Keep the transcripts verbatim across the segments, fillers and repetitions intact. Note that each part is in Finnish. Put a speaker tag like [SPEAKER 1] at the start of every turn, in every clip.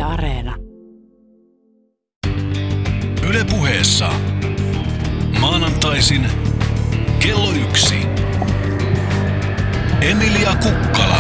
[SPEAKER 1] Areena.
[SPEAKER 2] Yle Puheessa. Maanantaisin kello yksi. Emilia Kukkala.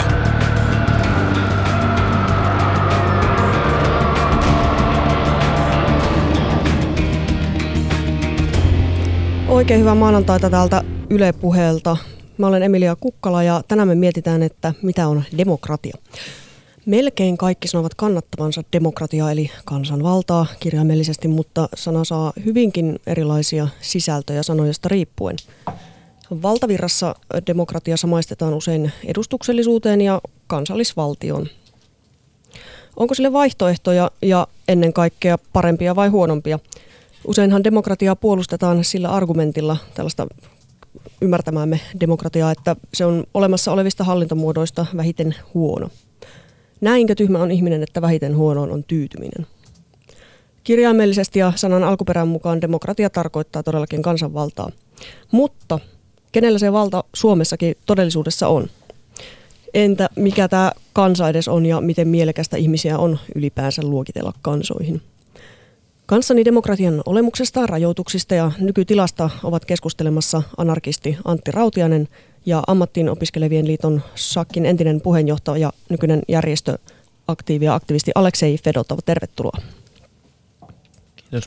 [SPEAKER 3] Oikein hyvää maanantaita täältä Yle Puheelta. Mä olen Emilia Kukkala ja tänään me mietitään, että mitä on demokratia. Melkein kaikki sanovat kannattavansa demokratiaa eli kansanvaltaa kirjaimellisesti, mutta sana saa hyvinkin erilaisia sisältöjä sanoista riippuen. Valtavirrassa demokratia samaistetaan usein edustuksellisuuteen ja kansallisvaltioon. Onko sille vaihtoehtoja ja ennen kaikkea parempia vai huonompia? Useinhan demokratiaa puolustetaan sillä argumentilla, tällaista ymmärtämäämme demokratiaa, että se on olemassa olevista hallintomuodoista vähiten huono. Näinkö tyhmä on ihminen, että vähiten huonoon on tyytyminen? Kirjaimellisesti ja sanan alkuperän mukaan demokratia tarkoittaa todellakin kansanvaltaa. Mutta kenellä se valta Suomessakin todellisuudessa on? Entä mikä tämä kansa edes on ja miten mielekästä ihmisiä on ylipäänsä luokitella kansoihin? Kanssani demokratian olemuksesta, rajoituksista ja nykytilasta ovat keskustelemassa anarkisti Antti Rautiainen ja Ammattiin opiskelevien liiton SAKin entinen puheenjohtaja ja nykyinen järjestöaktiivi ja aktivisti Aleksei Fedotov. Tervetuloa.
[SPEAKER 4] Kiitos.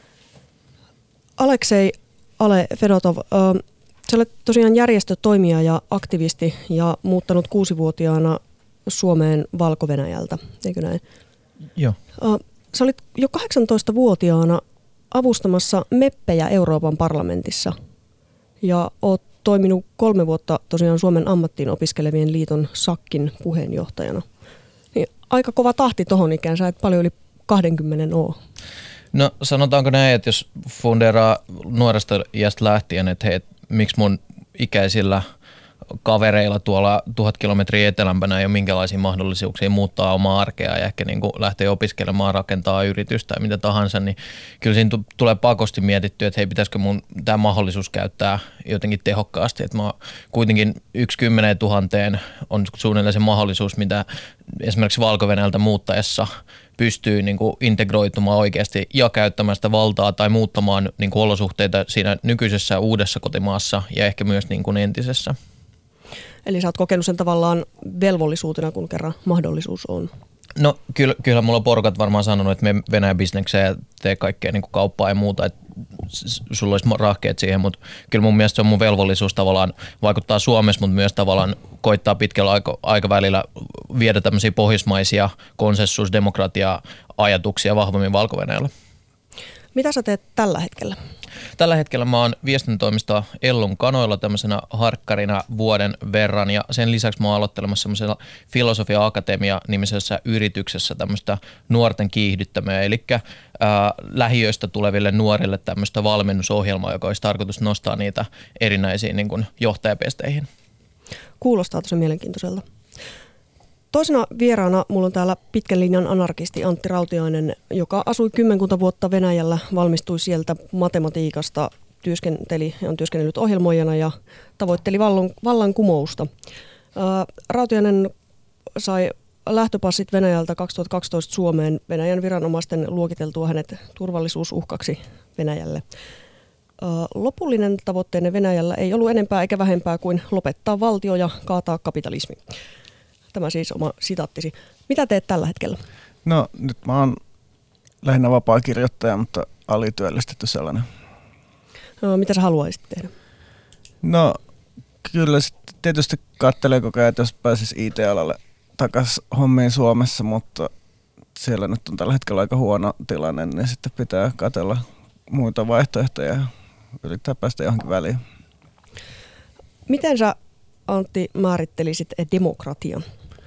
[SPEAKER 3] Aleksei Ale Fedotov, äh, sä olet tosiaan järjestötoimija ja aktivisti ja muuttanut kuusivuotiaana Suomeen Valko-Venäjältä, eikö näin?
[SPEAKER 4] Joo.
[SPEAKER 3] Äh, Sä olit jo kahdeksantoistavuotiaana avustamassa meppejä Euroopan parlamentissa ja oot toiminut kolme vuotta tosiaan Suomen ammattiin opiskelevien liiton SAKin puheenjohtajana. Niin aika kova tahti tohon ikään, sä et paljon yli kaksikymmentä oo.
[SPEAKER 4] No sanotaanko näin, että jos funderaa nuoresta iästä lähtien, että hei, miksi mun ikäisillä kavereilla tuolla tuhat kilometriä etelämpänä ei ole minkälaisia mahdollisuuksia muuttaa omaa arkea ja ehkä niin kuin lähteä opiskelemaan, rakentaa yritystä tai mitä tahansa, niin kyllä siinä t- tulee pakosti mietittyä, että hei, pitäisikö mun tämä mahdollisuus käyttää jotenkin tehokkaasti, että mä kuitenkin yksi kymmeneen tuhanteen on suunnilleen se mahdollisuus, mitä esimerkiksi Valko-Venäjältä muuttaessa pystyy niin kuin integroitumaan oikeasti ja käyttämään sitä valtaa tai muuttamaan niin kuin olosuhteita siinä nykyisessä uudessa kotimaassa ja ehkä myös niin kuin entisessä.
[SPEAKER 3] Eli sä oot kokenut sen tavallaan velvollisuutena, kun kerran mahdollisuus on.
[SPEAKER 4] No kyllä, kyllä mulla on porukat varmaan sanonut, että me Venäjä-bisnekseen ja tee kaikkea niin kuin kauppaa ja muuta, että sulla olisi rahkeet siihen, mutta kyllä mun mielestä se on mun velvollisuus tavallaan vaikuttaa Suomessa, mutta myös tavallaan koittaa pitkällä aika, aikavälillä viedä tämmöisiä pohjoismaisia konsensusdemokratia-ajatuksia vahvemmin Valko-Venäjällä.
[SPEAKER 3] Mitä sä teet tällä hetkellä?
[SPEAKER 4] Tällä hetkellä mä oon viestintätoimisto Ellun kanoilla tämmöisenä harkkarina vuoden verran ja sen lisäksi mä oon aloittelemassa semmoisella Filosofia Akatemia-nimisessä yrityksessä tämmöistä nuorten kiihdyttämöä, eli ää, lähiöistä tuleville nuorille tämmöistä valmennusohjelmaa, joka olisi tarkoitus nostaa niitä erinäisiin niin kuin johtajapesteihin.
[SPEAKER 3] Kuulostaa tosi mielenkiintoiselta. Toisena vieraana mulla on täällä pitkän linjan anarkisti Antti Rautiainen, joka asui kymmenkunta vuotta Venäjällä, valmistui sieltä matematiikasta, työskenteli ja on työskennellyt ohjelmoijana ja tavoitteli vallan, vallankumousta. Ää, Rautiainen sai lähtöpassit Venäjältä kaksituhattakaksitoista Suomeen Venäjän viranomaisten luokiteltua hänet turvallisuusuhkaksi Venäjälle. Ää, lopullinen tavoitteenne Venäjällä ei ollut enempää eikä vähempää kuin lopettaa valtio ja kaataa kapitalismi. Tämä siis oma sitaattisi. Mitä teet tällä hetkellä?
[SPEAKER 5] No nyt mä oon lähinnä vapaakirjoittaja, mutta alityöllistetty sellainen.
[SPEAKER 3] No, mitä sä haluaisit tehdä?
[SPEAKER 5] No kyllä sitten tietysti katselee koko ajan, että jos pääsis I T-alalle takaisin hommiin Suomessa, mutta siellä nyt on tällä hetkellä aika huono tilanne, niin sitten pitää katsella muita vaihtoehtoja ja yrittää päästä johonkin väliin.
[SPEAKER 3] Miten sä, Antti, määrittelisit demokratian?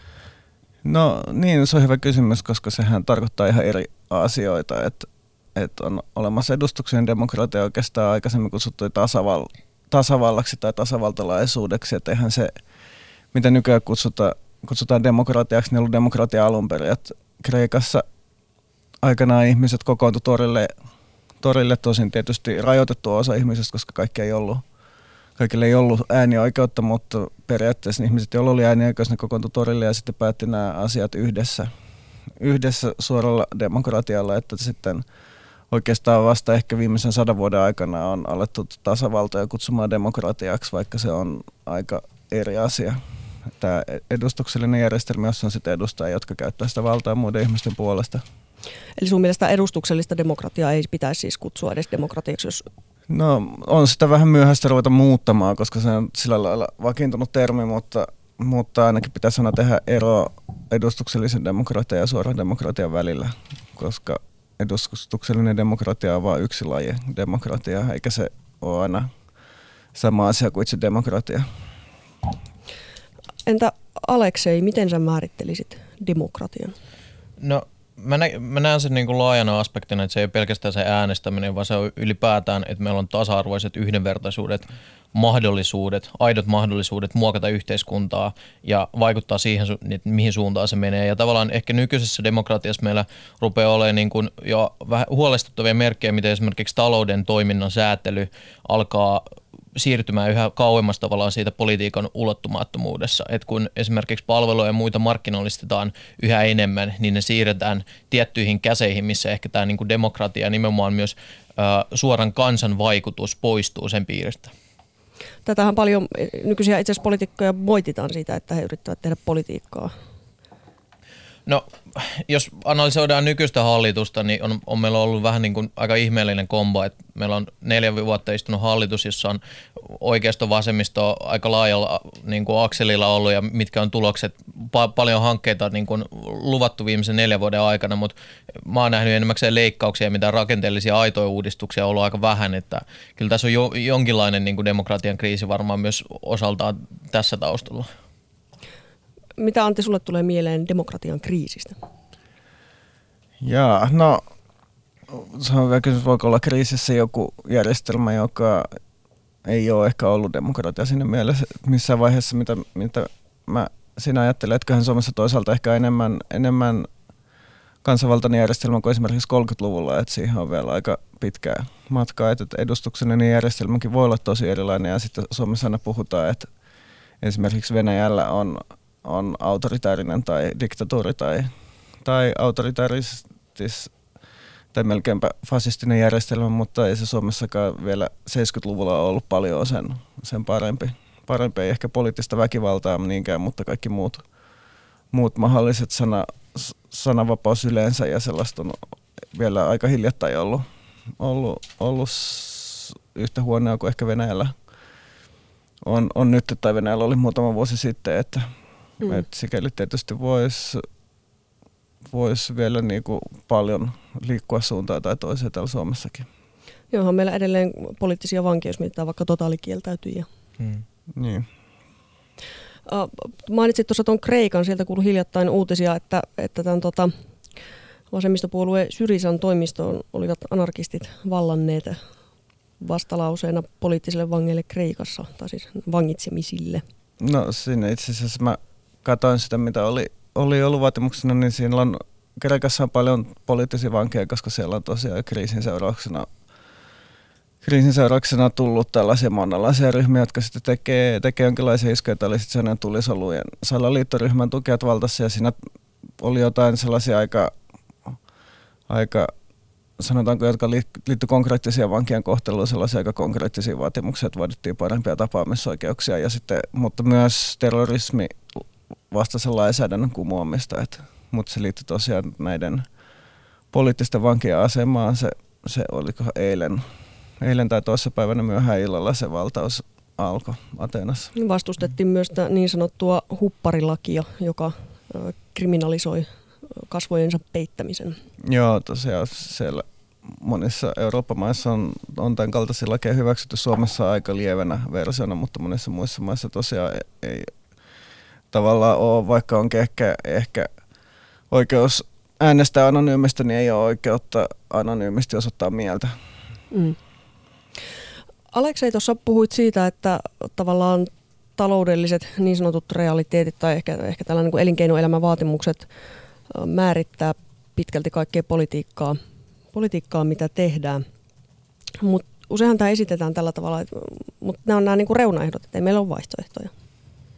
[SPEAKER 5] No niin, se on hyvä kysymys, koska sehän tarkoittaa ihan eri asioita, että, että on olemassa edustuksellinen demokratia oikeastaan aikaisemmin kutsuttu tasaval, tasavallaksi tai tasavaltalaisuudeksi, että eihän se, mitä nykyään kutsutaan, kutsutaan demokratiaksi, niin ollut demokratia alun perin, että Kreikassa aikanaan ihmiset kokoontuivat torille, torille tosin tietysti rajoitettu osa ihmisistä, koska kaikki ei ollut Kaikille ei ollut äänioikeutta, mutta periaatteessa ihmiset, joilla oli äänioikeus, ne kokoontui torille ja sitten päätti nämä asiat yhdessä, yhdessä suoralla demokratialla, että sitten oikeastaan vasta ehkä viimeisen sadan vuoden aikana on alettu tasavaltoja kutsumaan demokratiaksi, vaikka se on aika eri asia. Tämä edustuksellinen järjestelmä, jossa on sitten edustajia, jotka käyttää sitä valtaa muiden ihmisten puolesta.
[SPEAKER 3] Eli sun mielestä edustuksellista demokratiaa ei pitäisi siis kutsua edes demokratiaksi, jos...
[SPEAKER 5] No on sitä vähän myöhäistä ruveta muuttamaan, koska se on sillä lailla vakiintunut termi, mutta, mutta ainakin pitäisi sanoa tehdä ero edustuksellisen demokratian ja suoran demokratian välillä, koska edustuksellinen demokratia on vain yksi laji demokratiaa, eikä se ole aina sama asia kuin itse demokratia.
[SPEAKER 3] Entä Aleksei, miten sä määrittelisit demokratian?
[SPEAKER 4] No mä, nä- mä näen sen niin kuin laajana aspektina, että se ei ole pelkästään se äänestäminen, vaan se on ylipäätään, että meillä on tasa-arvoiset yhdenvertaisuudet, mahdollisuudet, aidot mahdollisuudet muokata yhteiskuntaa ja vaikuttaa siihen, että mihin suuntaan se menee. Ja tavallaan ehkä nykyisessä demokratiassa meillä rupeaa olemaan niin kuin jo vähän huolestuttavia merkkejä, miten esimerkiksi talouden toiminnan säätely alkaa siirtymään yhä kauemmas tavallaan siitä politiikan ulottumattomuudessa. Et kun esimerkiksi palveluja ja muita markkinallistetaan yhä enemmän, niin ne siirretään tiettyihin käseihin, missä ehkä tämä niinku demokratia ja nimenomaan myös ä, suoran kansan vaikutus poistuu sen piiristä.
[SPEAKER 3] Tätähän paljon nykyisiä itse asiassa poliitikkoja moititaan siitä, että he yrittävät tehdä politiikkaa.
[SPEAKER 4] No, jos analysoidaan nykyistä hallitusta, niin on, on meillä ollut vähän niin kuin aika ihmeellinen kombo, että meillä on neljä vuotta istunut hallitus, jossa on oikeisto vasemmisto aika laajalla niin kuin akselilla ollut ja mitkä on tulokset. Pa- paljon hankkeita on niin kuin luvattu viimeisen neljän vuoden aikana, mutta mä oon nähnyt enemmäkseen leikkauksia ja mitään rakenteellisia aitoja uudistuksia on ollut aika vähän, että kyllä tässä on jo, jonkinlainen niin kuin demokratian kriisi varmaan myös osaltaan tässä taustalla.
[SPEAKER 3] Mitä Antti sulle tulee mieleen demokratian kriisistä?
[SPEAKER 5] Jaa, no se on vielä kysymys, voiko olla kriisissä joku järjestelmä, joka ei ole ehkä ollut demokratia siinä mielessä missään vaiheessa, mitä, mitä mä siinä ajattelen, että kyllähän Suomessa toisaalta ehkä enemmän, enemmän kansanvaltainen järjestelmä kuin esimerkiksi kolmekymmentäluvulla, että siihen on vielä aika pitkää matkaa, että edustuksellinen järjestelmäkin voi olla tosi erilainen ja sitten Suomessa aina puhutaan, että esimerkiksi Venäjällä on on autoritäärinen tai diktatuuri tai, tai autoritaaristis tai melkeinpä fasistinen järjestelmä, mutta ei se Suomessakaan vielä seitsemänkymmentäluvulla ollut paljon sen, sen parempi. Parempi ei ehkä poliittista väkivaltaa niinkään, mutta kaikki muut, muut mahdolliset sana, sananvapaus yleensä ja sellaista on vielä aika hiljattain ollut, ollut, ollut yhtä huonoa kuin ehkä Venäjällä on, on nyt, tai Venäjällä oli muutama vuosi sitten, että Mm. Et sikäli tietysti voisi vois vielä niinku paljon liikkua suuntaan tai toiseen täällä Suomessakin.
[SPEAKER 3] Joo, meillä edelleen poliittisia vankeja, jos mietitään vaikka totaalikieltäytyjiä.
[SPEAKER 5] Mm. Niin.
[SPEAKER 3] Uh, mainitsit tuossa tuon Kreikan, sieltä kuului hiljattain uutisia, että, että tämän tota, vasemmistopuolue Syrizan toimistoon olivat anarkistit vallanneet vastalauseena poliittisille vangeille Kreikassa, tai siis vangitsemisille.
[SPEAKER 5] No siinä itse asiassa mä katoin sitä, mitä oli, oli ollut vaatimuksena, niin siinä on, Kreikassa on paljon poliittisia vankeja, koska siellä on tosiaan kriisin seurauksena, kriisin seurauksena tullut tällaisia monenlaisia ryhmiä, jotka sitten tekee, tekee jonkinlaisia iskuja. Tämä oli sitten sellainen tulisolujen salaliittoryhmän tukijat valtassa ja siinä oli jotain sellaisia aika, aika sanotaanko, jotka liittyi konkreettisia vankien kohteluun, sellaisia aika konkreettisia vaatimuksia, että vaadittiin parempia tapaamisoikeuksia, ja sitten, mutta myös terrorismi vastaisen lainsäädännön kumoamista, että, mutta se liittyi tosiaan näiden poliittisten vankien asemaan, se, se oliko eilen, eilen tai toissapäivänä myöhään illalla se valtaus alkoi Ateenassa.
[SPEAKER 3] Vastustettiin myös niin sanottua hupparilakia, joka kriminalisoi kasvojensa peittämisen.
[SPEAKER 5] Joo, tosiaan siellä monissa Euroopan maissa on, on tämän kaltaisia lakeja hyväksytty, Suomessa aika lievänä versiona, mutta monissa muissa maissa tosiaan ei, ei tavallaan ole, vaikka onkin ehkä, ehkä oikeus äänestää anonyymisti, niin ei ole oikeutta anonyymisti osoittaa mieltä.
[SPEAKER 3] Mm. Aleksei, tuossa puhuit siitä, että tavallaan taloudelliset niin sanotut realiteetit tai ehkä, ehkä tällainen niin kuin elinkeinoelämän vaatimukset määrittää pitkälti kaikkea politiikkaa, politiikkaa mitä tehdään. Mutta useinhan tämä esitetään tällä tavalla, että, mutta nämä on nämä niin kuin reunaehdot, että ei meillä ole vaihtoehtoja.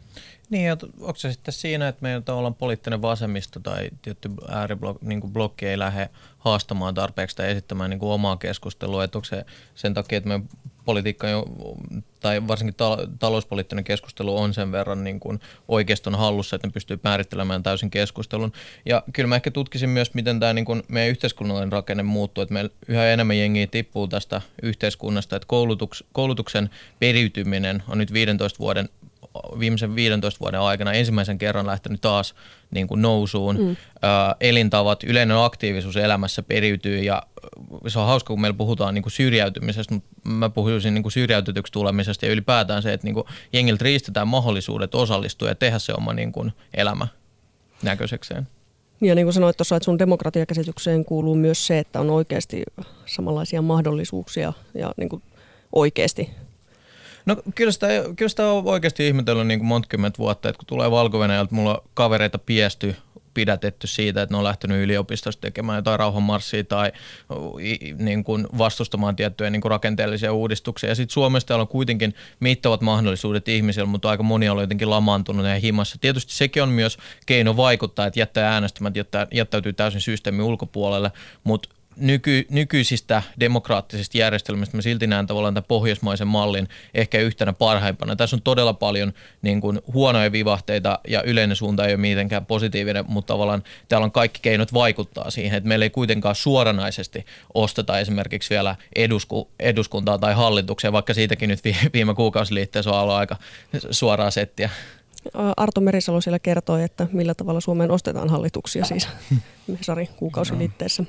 [SPEAKER 4] Niin, ja onko se sitten siinä, että meidän tavallaan poliittinen vasemmisto tai tietty ääriblokki niin blokki ei lähde haastamaan tarpeeksi tai esittämään niin kuin omaa keskustelua, että onko se sen takia, että meidän politiikka tai varsinkin ta- talouspoliittinen keskustelu on sen verran niin kuin oikeiston hallussa, että ne pystyy määrittelemään täysin keskustelun. Ja kyllä mä ehkä tutkisin myös, miten tämä niin kuin meidän yhteiskunnallinen rakenne muuttuu, että meillä yhä enemmän jengiä tippuu tästä yhteiskunnasta, että koulutuks- koulutuksen periytyminen on nyt viidentoista vuoden viimeisen viidentoista vuoden aikana ensimmäisen kerran lähtenyt taas niin kuin nousuun. Mm. Ö, elintavat, yleinen aktiivisuus elämässä periytyy ja se on hauska, kun meillä puhutaan niin kuin syrjäytymisestä, mutta mä puhuisin niin kuin syrjäytetyksi tulemisesta ja ylipäätään se, että niin kuin jengiltä riistetään mahdollisuudet osallistua ja tehdä se oma niin kuin elämä näköisekseen.
[SPEAKER 3] Ja niin kuin sanoit tuossa, että sun demokratiakäsitykseen kuuluu myös se, että on oikeasti samanlaisia mahdollisuuksia ja niin kuin oikeasti.
[SPEAKER 4] No kyllä sitä, kyllä sitä on oikeasti ihmetellyt niin kuin monta kymmentä vuotta, että kun tulee Valko-Venäjältä, mulla on kavereita piesty, pidätetty siitä, että ne on lähtenyt yliopistosta tekemään jotain rauhanmarssia tai niin kuin vastustamaan tiettyjä niin kuin rakenteellisia uudistuksia. Ja sitten Suomessa täällä on kuitenkin mittavat mahdollisuudet ihmisillä, mutta aika moni on jotenkin lamaantunut ja himassa. Tietysti sekin on myös keino vaikuttaa, että jättää äänestämät, jättää, jättäytyy täysin systeemin ulkopuolelle, mutta Nyky, nykyisistä demokraattisista järjestelmistä mä silti näen tavallaan tämän pohjoismaisen mallin ehkä yhtenä parhaimpana. Tässä on todella paljon niin kuin huonoja vivahteita ja yleinen suunta ei ole mitenkään positiivinen, mutta tavallaan täällä on kaikki keinot vaikuttaa siihen, että meillä ei kuitenkaan suoranaisesti osteta esimerkiksi vielä edusku, eduskuntaa tai hallituksia, vaikka siitäkin nyt viime kuukausiliitteessä on ollut aika suoraa settiä.
[SPEAKER 3] Arto Merisalo siellä kertoi, että millä tavalla Suomeen ostetaan hallituksia siis Sari kuukausiliitteessä.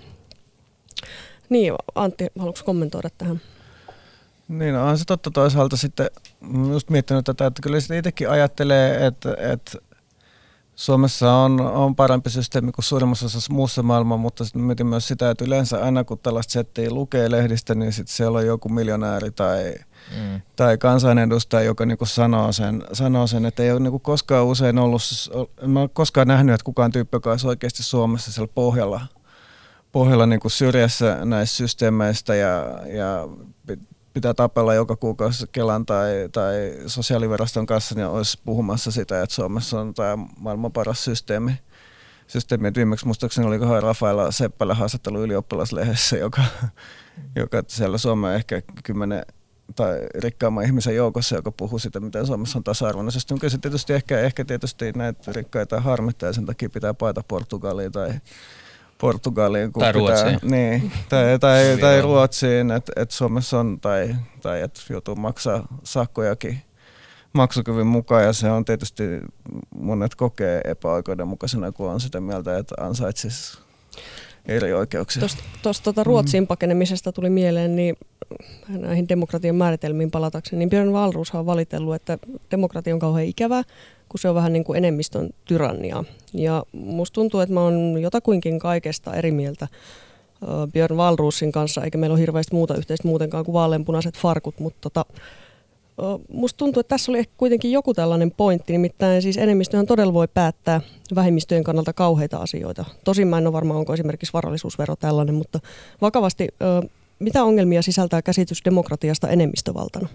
[SPEAKER 3] Niin, Antti, haluatko kommentoida tähän?
[SPEAKER 5] Niin, no, on se totta toisaalta sitten, just miettinyt tätä, että kyllä sitä itsekin ajattelee, että, että Suomessa on, on parempi systeemi kuin suurimmassa osassa muussa maailmassa, mutta sitten mietin myös sitä, että yleensä aina kun tällaista settiä lukee lehdistä, niin sitten siellä on joku miljonääri tai, mm. tai kansanedustaja, joka niinku sanoo, sen, sanoo sen, että ei ole niinku koskaan usein ollut, mä en koskaan nähnyt, että kukaan tyyppi, joka olisi oikeasti Suomessa siellä pohjalla, pohjalla niin kuin syrjässä näistä systeemeistä ja, ja pitää tapella joka kuukausi Kelan tai, tai sosiaaliviraston kanssa, niin olisi puhumassa sitä, että Suomessa on tämä maailman paras systeemi. systeemi. Viimeksi muistaakseni olikohan Rafaela Seppälä haastattelu Ylioppilaslehdessä, joka, joka siellä Suomen ehkä kymmenen tai rikkaamman ihmisen joukossa, joka puhuu sitä, miten Suomessa on tasa-arvoinen systeemi. Kyllä se tietysti ehkä, ehkä tietysti näitä rikkaita harmittaa ja sen takia pitää paeta Portugaliin tai Portugaliin.
[SPEAKER 4] Tai Ruotsiin.
[SPEAKER 5] Niin, tai, tai, tai Ruotsiin, että et Suomessa on, tai, tai että joutuu maksaa sakkojakin maksukyvyn mukaan, ja se on tietysti monet kokee epäoikeudenmukaisena, kun on sitä mieltä, että ansaitsisi eri oikeuksia.
[SPEAKER 3] Tuosta tuota Ruotsiin pakenemisesta tuli mieleen, niin näihin demokratian määritelmiin palatakseni, niin Björn Wahlroos on valitellut, että demokratia on kauhean ikävää, kun se on vähän niin kuin enemmistön tyranniaa. Ja musta tuntuu, että mä oon jotakuinkin kaikesta eri mieltä Björn Wahlroosin kanssa, eikä meillä ole hirveästi muuta yhteistä muutenkaan kuin vaaleanpunaiset farkut, mutta tota, musta tuntuu, että tässä oli ehkä kuitenkin joku tällainen pointti, nimittäin siis enemmistöhän todella voi päättää vähemmistöjen kannalta kauheita asioita. Tosin mä en ole varma, onko esimerkiksi varallisuusvero tällainen, mutta vakavasti, mitä ongelmia sisältää käsitys demokratiasta enemmistövaltana?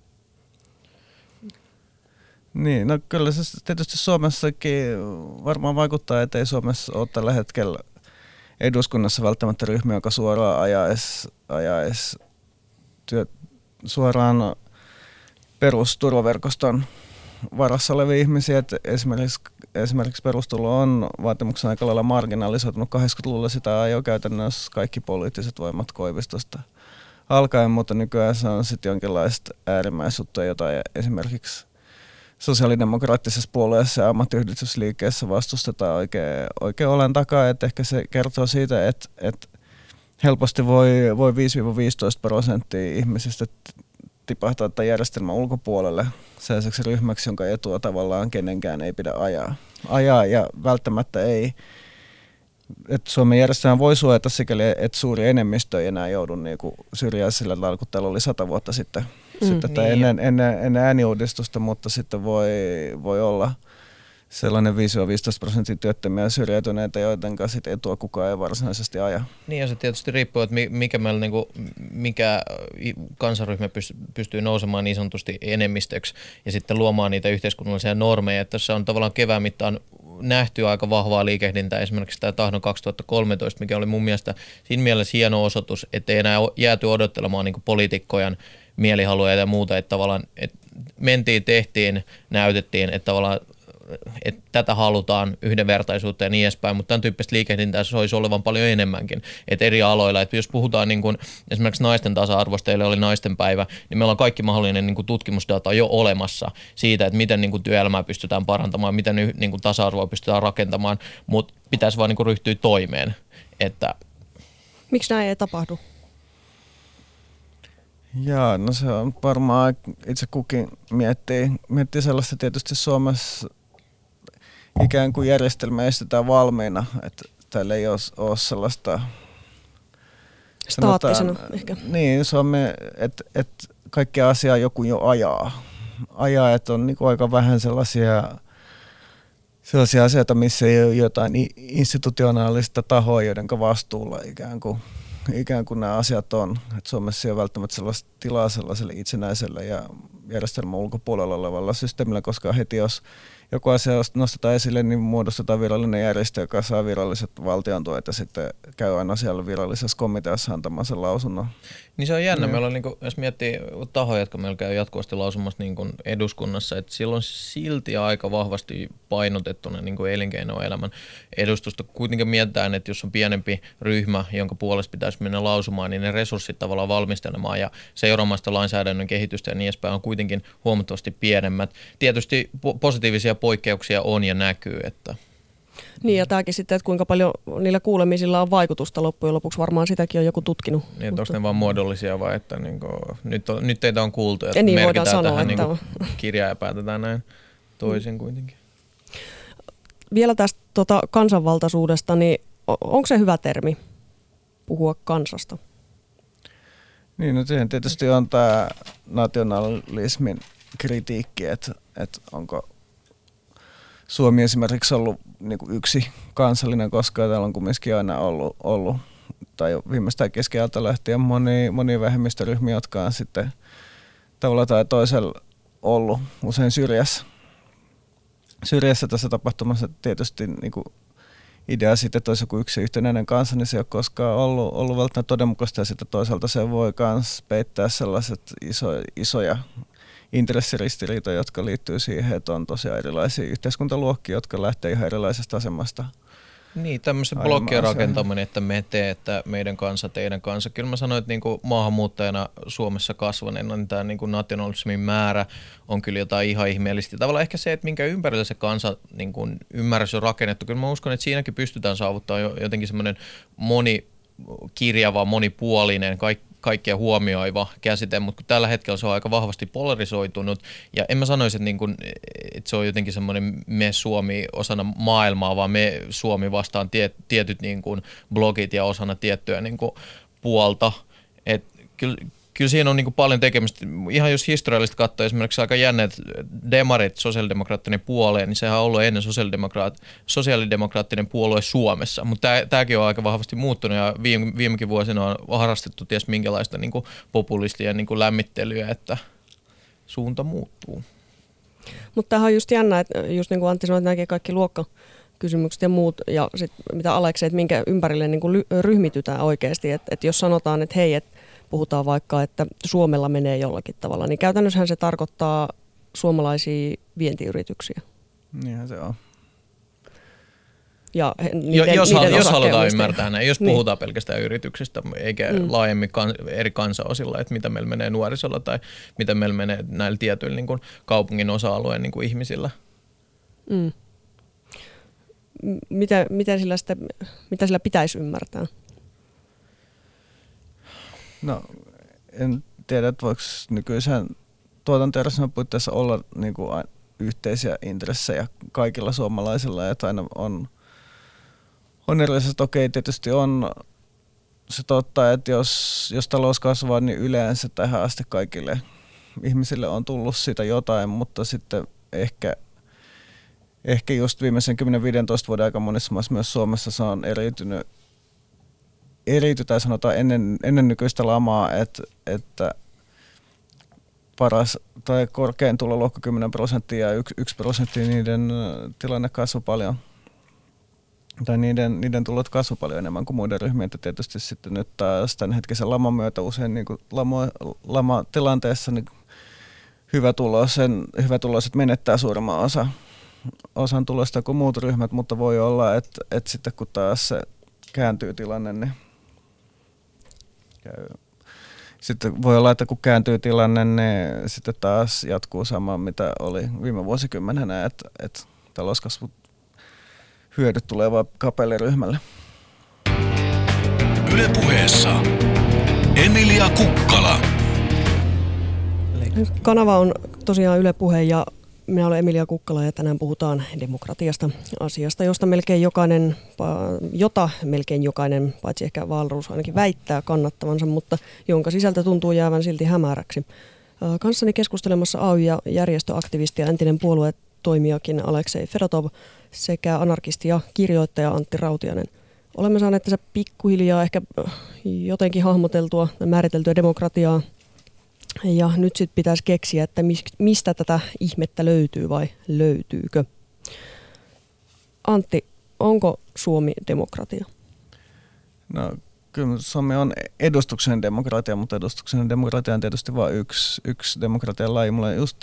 [SPEAKER 5] Niin, no kyllä se tietysti Suomessakin varmaan vaikuttaa, että ei Suomessa ole tällä hetkellä eduskunnassa välttämättä ryhmä, joka suoraan ajaisi, ajaisi työ, suoraan perusturvaverkoston varassa olevia ihmisiä. Että esimerkiksi, esimerkiksi perustulo on vaatimuksen aika lailla marginalisoitunut. kahdeksankymmentäluvulla sitä ajoi käytännössä kaikki poliittiset voimat Koivistosta alkaen, mutta nykyään se on sitten jonkinlaista äärimmäisyyttä, jota esimerkiksi sosiaalidemokraattisessa puolueessa ja ammattiyhdistysliikkeessä vastustetaan oikein, oikein olen takaa, että ehkä se kertoo siitä, että, että helposti voi, voi viisi viisitoista prosenttia ihmisistä tipahtaa tämän järjestelmän ulkopuolelle sellaiseksi ryhmäksi, jonka etua tavallaan kenenkään ei pidä ajaa. ajaa ja välttämättä ei, että Suomen järjestelmä voi suojata sikäli, että suuri enemmistö ei enää joudu niinku syrjään sillä lailla, kun täällä oli sata vuotta sitten, mm, sitten niin. ennen, ennen, ennen ääniuudistusta, mutta sitten voi, voi olla sellainen viisi viisitoista prosenttia työttömiä syrjäytyneitä, joiden kanssa ei tuo kukaan ei varsinaisesti aja.
[SPEAKER 4] Niin ja se tietysti riippuu, että mikä, meillä, niin kuin, mikä kansanryhmä pystyy nousemaan niin sanotusti enemmistöksi ja sitten luomaan niitä yhteiskunnallisia normeja. Että tässä on tavallaan kevään mittaan nähty aika vahvaa liikehdintää, esimerkiksi tämä Tahdon kaksituhattakolmetoista, mikä oli mun mielestä siinä mielessä hieno osoitus, että ei enää jääty odottelemaan niin kuin poliitikkojen mielihaluja ja muuta, että tavallaan että mentiin, tehtiin, näytettiin, että tavallaan että tätä halutaan, yhdenvertaisuutta ja niin edespäin, mutta tämän tyyppistä liikehdintää se olisi olevan paljon enemmänkin, että eri aloilla, että jos puhutaan niin kuin esimerkiksi naisten tasa-arvosta, teille oli naisten päivä, niin meillä on kaikki mahdollinen niin kuin tutkimusdata jo olemassa siitä, että miten niin kuin työelämää pystytään parantamaan, miten niin kuin tasa-arvoa pystytään rakentamaan, mutta pitäisi vaan niin kuin ryhtyä toimeen. Että
[SPEAKER 3] miksi näin ei tapahdu?
[SPEAKER 5] Jaa, no se on varmaan itse kukin miettii, miettii sellaista tietysti Suomessa ikään kuin järjestelmä estetään valmiina, että täällä ei ole, ole sellaista
[SPEAKER 3] staattisena ehkä.
[SPEAKER 5] Niin, Suomi, että et kaikkea asiaa joku jo ajaa. Ajaa, että on niin kuin aika vähän sellaisia, sellaisia asioita, missä ei ole jotain institutionaalista tahoa, joiden vastuulla ikään kuin, ikään kuin nämä asiat on. Et Suomessa ei ole välttämättä sellaista tilaa sellaiselle itsenäiselle ja järjestelmän ulkopuolella olevalla systeemillä, koska heti jos joku asia nostetaan esille, niin muodostetaan virallinen järjestö, joka saa viralliset valtiontuet ja sitten käy aina siellä virallisessa komiteassa antamaan sen lausunnon.
[SPEAKER 4] Niin se on jännä. Mm. Meillä on, niin kuin, jos miettii tahoja, jotka meillä käy jatkuvasti lausumassa niin kuin eduskunnassa, että silloin silti aika vahvasti painotettuna niin kuin elinkeinoelämän edustusta. Kuitenkin mietitään, että jos on pienempi ryhmä, jonka puolesta pitäisi mennä lausumaan, niin ne resurssit tavallaan valmistelemaan ja seuraamaan sitä lainsäädännön kehitystä ja niin edespäin on kuitenkin huomattavasti pienemmät. Tietysti po- positiivisia poikkeuksia on ja näkyy, että
[SPEAKER 3] niin ja tämäkin sitten, että kuinka paljon niillä kuulemisilla on vaikutusta loppujen lopuksi, varmaan sitäkin on joku tutkinut.
[SPEAKER 4] Niin, että onko ne vaan muodollisia vai että niin kuin, nyt, on, nyt teitä on kuultu, että
[SPEAKER 3] ja niin
[SPEAKER 4] merkitään
[SPEAKER 3] sanoa,
[SPEAKER 4] tähän
[SPEAKER 3] että
[SPEAKER 4] niin kirjaa ja päätetään näin toisin kuitenkin.
[SPEAKER 3] Vielä tästä tota, kansanvaltaisuudesta, niin onko se hyvä termi puhua kansasta?
[SPEAKER 5] Niin, no siihen tietysti on tämä nationalismin kritiikki, että, että onko Suomi esimerkiksi ollut niin kuin yksi kansallinen, koska täällä on kumminkin aina ollut, ollut tai viimeistään keskiajalta lähtien moni, moni vähemmistöryhmiä, jotka on sitten tavalla tai toisella ollut usein syrjässä. Syrjässä tässä tapahtumassa tietysti niin kuin idea siitä, että olisi joku yksi yhtenäinen kansa, niin se ei ole koskaan ollut, ollut välttämättä todenmukaista ja sitten toisaalta se voi myös peittää sellaiset iso, isoja intressiristiriitoja, jotka liittyy siihen, että on tosiaan erilaisia yhteiskuntaluokkia, jotka lähtee ihan erilaisesta asemasta.
[SPEAKER 4] Niin, tämmöisen blokkien rakentaminen, että me tee, että meidän kansa, teidän kansa. Kyllä mä sanoin, että niin kuin maahanmuuttajana Suomessa kasvaneena, niin tämä niin kuin nationalismin määrä on kyllä jotain ihan ihmeellistä. Tavallaan ehkä se, että minkä ympärillä se kansa niin kuin ymmärrys on rakennettu. Kyllä mä uskon, että siinäkin pystytään saavuttamaan jotenkin semmoinen monikirjava, monipuolinen, kaikki kaikkea huomioiva käsite, mutta tällä hetkellä se on aika vahvasti polarisoitunut ja en mä sanoisi, että, niin kun, että se on jotenkin semmoinen me Suomi osana maailmaa, vaan me Suomi vastaan tie, tietyt niin kun blogit ja osana tiettyä niin kun puolta. Et kyllä, kyllä siinä on niin kun paljon tekemistä. Ihan jos historiallisesti katsoo esimerkiksi aika jännät demarit, sosiaalidemokraattinen puolue, niin sehän on ollut ennen sosiaalidemokraat, sosiaalidemokraattinen puolue Suomessa, mutta tämäkin on aika vahvasti muuttunut ja viime, viimekin vuosina on harrastettu ties minkälaista niin kuin populistia niin kuin lämmittelyä, että suunta muuttuu. Mutta
[SPEAKER 3] tämähän on just jännä, että just niin kuin Antti sanoi, että näkee kaikki luokkakysymykset ja muut ja sit mitä Aleksi, että minkä ympärille niin kuin ryhmitytään oikeasti, että, että jos sanotaan, että hei, että puhutaan vaikka, että Suomella menee jollakin tavalla, niin käytännössähän se tarkoittaa suomalaisia vientiyrityksiä.
[SPEAKER 5] Niinhän se on.
[SPEAKER 3] Ja niiden,
[SPEAKER 4] jo, jos
[SPEAKER 3] niiden
[SPEAKER 4] jos halutaan ymmärtää näin, jos
[SPEAKER 3] niin.
[SPEAKER 4] puhutaan pelkästään yrityksistä, eikä mm. laajemmin kan, eri kansanosilla, että mitä meillä menee nuorisolla tai mitä meillä menee näillä tietyillä niin kuin kaupungin osa-alueen niin kuin ihmisillä.
[SPEAKER 3] Mm. Mitä, mitä, sillä sitä, mitä sillä pitäisi ymmärtää?
[SPEAKER 5] No, en tiedä, että voiko nykyisen tuotantojärjestelmän puitteissa olla niin kuin yhteisiä intressejä kaikilla suomalaisilla, että aina on, on erilaisesti. Okei, tietysti on se totta, että jos, jos talous kasvaa, niin yleensä tähän asti kaikille ihmisille on tullut siitä jotain, mutta sitten ehkä, ehkä just viimeisen kymmenen viisitoista vuoden aika monissa maissa myös Suomessa se on eriytynyt, eriyty, tai sanotaan ennen, ennen nykyistä lamaa, että, että paras tai korkein tuloluokka kymmenen prosenttia ja yksi prosentti niiden tilanne kasvoi paljon. Tai niiden, niiden tulot kasvoi paljon enemmän kuin muiden ryhmien, että tietysti sitten nyt taas tämän hetkisen laman myötä usein niin kuin lama, lama-tilanteessa niin hyvätuloisen, hyvätuloiset menettää suurimman osa, osan tulosta kuin muut ryhmät, mutta voi olla, että, että sitten kun taas se kääntyy tilanne, niin käy. Sitten voi olla, että kun kääntyy tilanne, niin sitten taas jatkuu sama, mitä oli viime vuosikymmenenä, että, että talouskasvu hyödyt tulee vaan kapealle ryhmälle.
[SPEAKER 2] Yle Puheessa Emilia Kukkala.
[SPEAKER 3] Kanava on tosiaan Yle Puhe ja minä olen Emilia Kukkala ja tänään puhutaan demokratiasta, asiasta, josta melkein jokainen, jota melkein jokainen, paitsi ehkä Wahlroos ainakin väittää kannattavansa, mutta jonka sisältö tuntuu jäävän silti hämäräksi. Kanssani keskustelemassa A Y-järjestöaktivisti ja entinen puoluetoimijakin Aleksei Fedotov sekä anarkisti ja kirjoittaja Antti Rautiainen. Olemme saaneet tässä pikkuhiljaa ehkä jotenkin hahmoteltua ja määriteltyä demokratiaa. Ja nyt sitten pitäisi keksiä, että mistä tätä ihmettä löytyy vai löytyykö. Antti, onko Suomi demokratia?
[SPEAKER 5] No kyllä Suomi on edustuksellinen demokratia, mutta edustuksellinen demokratia on tietysti vain yksi, yksi demokratian laji. Mulla just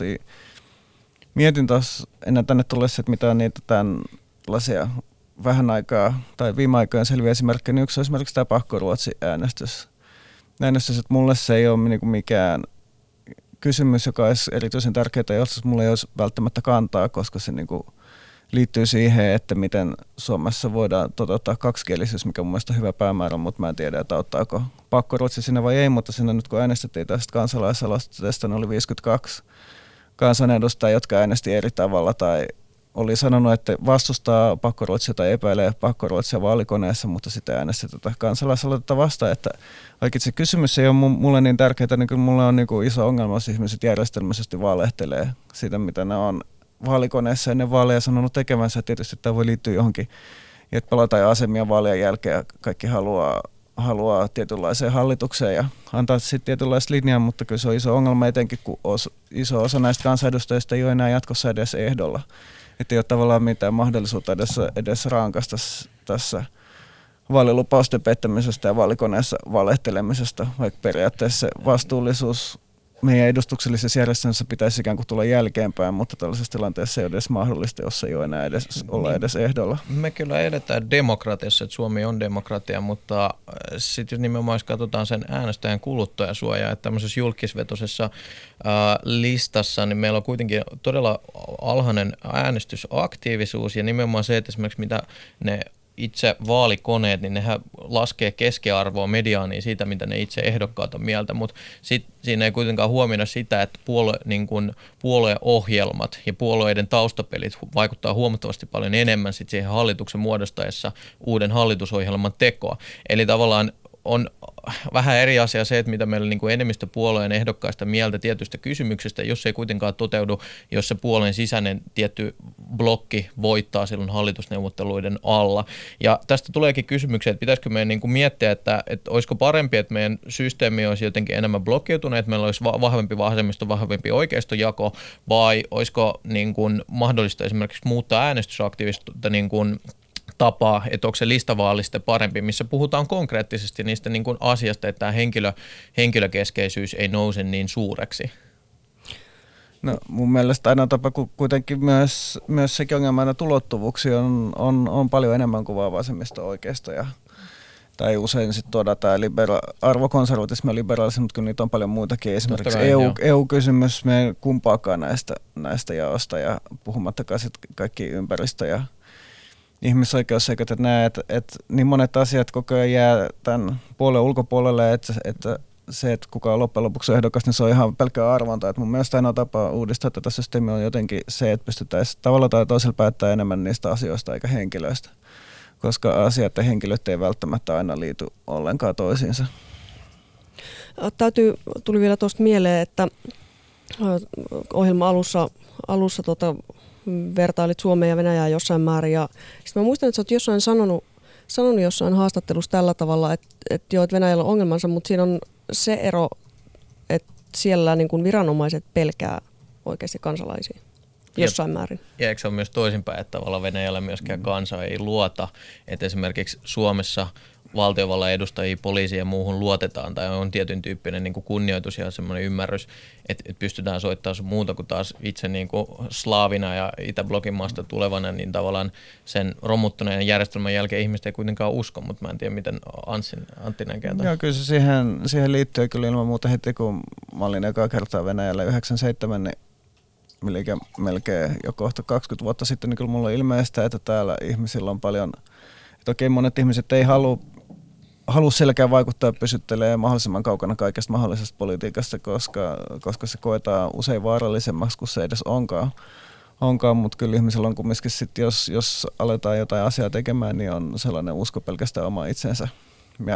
[SPEAKER 5] mietin taas ennen tänne tullessa, että mitä on niitä tällaisia vähän aikaa tai viime aikoina selviä esimerkkejä, niin yksi on esimerkiksi tämä pakkoruotsi-äänestys. Äänestys, että mulle se ei ole niinku mikään kysymys, joka olisi erityisen tärkeää, jos mulla ei olisi välttämättä kantaa, koska se niinku liittyy siihen, että miten Suomessa voidaan toteuttaa kaksikielisyys, mikä mun mielestä on hyvä päämäärä, mutta mä en tiedä, että auttaako pakkoruotsi siinä vai ei, mutta siinä nyt kun äänestettiin tästä kansalaisaloitteesta, niin oli viisikymmentäkaksi kansanedustajaa, jotka äänesti eri tavalla tai oli sanonut, että vastustaa pakkoruotsia tai epäilee pakkoruotsia vaalikoneessa, mutta sitten äänesti tätä kansalaisaloitetta vastaan. Että oikein se kysymys ei ole mulle niin tärkeää, niin kyllä mulla on niin kuin iso ongelma, jos ihmiset järjestelmällisesti valehtelee siitä, mitä ne on vaalikoneessa ennen vaaleja sanonut tekevänsä. Tietysti tämä voi liittyä johonkin, että palataan asemia vaalien jälkeen ja kaikki haluaa, haluaa tietynlaiseen hallitukseen ja antaa sitten tietynlaista linjaa, mutta kyllä se on iso ongelma etenkin, kun os, iso osa näistä kansanedustajista ei ole enää jatkossa edes ehdolla. Että ei ole tavallaan mitään mahdollisuutta edes, edes rankasta tässä vaalilupausten pettämisestä ja vaalikoneessa valehtelemisesta, vaikka periaatteessa se vastuullisuus meidän edustuksellisessa järjestelmässä pitäisi ikään kuin tulla jälkeenpäin, mutta tällaisessa tilanteessa ei ole edes mahdollista, jos ei ole enää edes, olla edes ehdolla.
[SPEAKER 4] Me kyllä edetään demokratiassa, että Suomi on demokratia, mutta sitten nimenomaan jos katsotaan sen äänestäjän kuluttajasuojaa, että tämmöisessä julkisvetoisessa ää, listassa, niin meillä on kuitenkin todella alhainen äänestysaktiivisuus ja nimenomaan se, että esimerkiksi mitä ne itse vaalikoneet, niin nehän laskee keskiarvoa mediaaniin siitä, mitä ne itse ehdokkaat on mieltä, mutta sit siinä ei kuitenkaan huomioida sitä, että puolue, niin kun puolueohjelmat ja puolueiden taustapelit vaikuttaa huomattavasti paljon enemmän sit siihen hallituksen muodostaessa uuden hallitusohjelman tekoa. Eli tavallaan on vähän eri asia se, että mitä meillä niin kuin enemmistöpuolueen ehdokkaista mieltä tietystä kysymyksestä, jos se ei kuitenkaan toteudu, jos se puolueen sisäinen tietty blokki voittaa silloin hallitusneuvotteluiden alla. Ja tästä tuleekin kysymyksiä, että pitäisikö meidän niin kuin miettiä, että, että olisiko parempi, että meidän systeemi olisi jotenkin enemmän blokkiutunut, että meillä olisi vahvempi vasemmisto, vahvempi oikeistojako, vai olisiko niin kuin mahdollista esimerkiksi muuttaa äänestysaktiivisuutta niin kuin tapaa, että onko se listavaali sitten parempi, missä puhutaan konkreettisesti niistä niin kuin asiasta, että tämä henkilö, henkilökeskeisyys ei nouse niin suureksi.
[SPEAKER 5] No mun mielestä aina tapa, kun kuitenkin myös, myös sekin ongelma, että tulottuvuuksia on, on, on paljon enemmän kuin vaan vasemmista oikeista ja tai usein sitten tuodaan tämä libera- arvokonservatismi ja liberaalismi, mutta kyllä niitä on paljon muitakin. Esimerkiksi kai, E U, E U-kysymys, me ei kumpaakaan näistä, näistä jaosta ja puhumattakaan sitten kaikki ympäristö- ja ihmisoikeusseikat, että näet, että, että niin monet asiat koko ajan jää tämän puolen ulkopuolelle, että, että se, että kuka on loppujen lopuksi ehdokas, niin se on ihan pelkkää arvonta. Että mun mielestä ainoa tapa uudistaa tätä systeemiä on jotenkin se, että pystytään tavalla tai toisella päättää enemmän niistä asioista eikä henkilöistä, koska asiat ja henkilöt ei välttämättä aina liity ollenkaan toisiinsa.
[SPEAKER 3] Täytyy, tuli vielä tuosta mieleen, että ohjelman alussa, alussa tota, vertailit Suomea ja Venäjää jossain määrin. Ja sitten mä muistan, että sä oot jossain sanonut, sanonut jossain haastattelussa tällä tavalla, että, että joo, että Venäjällä on ongelmansa, mutta siinä on se ero, että siellä niin kuin viranomaiset pelkää oikeasti kansalaisia jossain
[SPEAKER 4] ja,
[SPEAKER 3] määrin.
[SPEAKER 4] Ja eikö se ole myös toisinpäin, että tavallaan Venäjällä myöskään kansa ei luota, että esimerkiksi Suomessa valtiovallan edustajia, poliisia ja muuhun luotetaan tai on tietyn tyyppinen niin kuin kunnioitus ja semmoinen ymmärrys, että, että pystytään soittamaan sun muuta kuin taas itse niin kuin slaavina ja Itäblokin maasta tulevana, niin tavallaan sen romuttuneen järjestelmän jälkeen ihmiset ei kuitenkaan usko, mutta mä en tiedä, miten Anssi, Antti näkee tämän.
[SPEAKER 5] Joo, kyllä se siihen, siihen liittyy kyllä ilman muuta heti, kun mä olin ekaa kertaa Venäjällä yhdeksänkymmentäseitsemän, niin melkein, melkein jo kohta kaksikymmentä vuotta sitten, niin kyllä mulla on ilmeistä, että täällä ihmisillä on paljon, että okei, monet ihmiset ei halua halua selkeä vaikuttaa ja pysyttelee mahdollisimman kaukana kaikesta mahdollisesta politiikasta, koska, koska se koetaan usein vaarallisemmaksi kuin se edes onkaan. onkaan mutta kyllä ihmisellä on kumminkin sitten, jos, jos aletaan jotain asiaa tekemään, niin on sellainen usko pelkästään oma itsensä. Ja,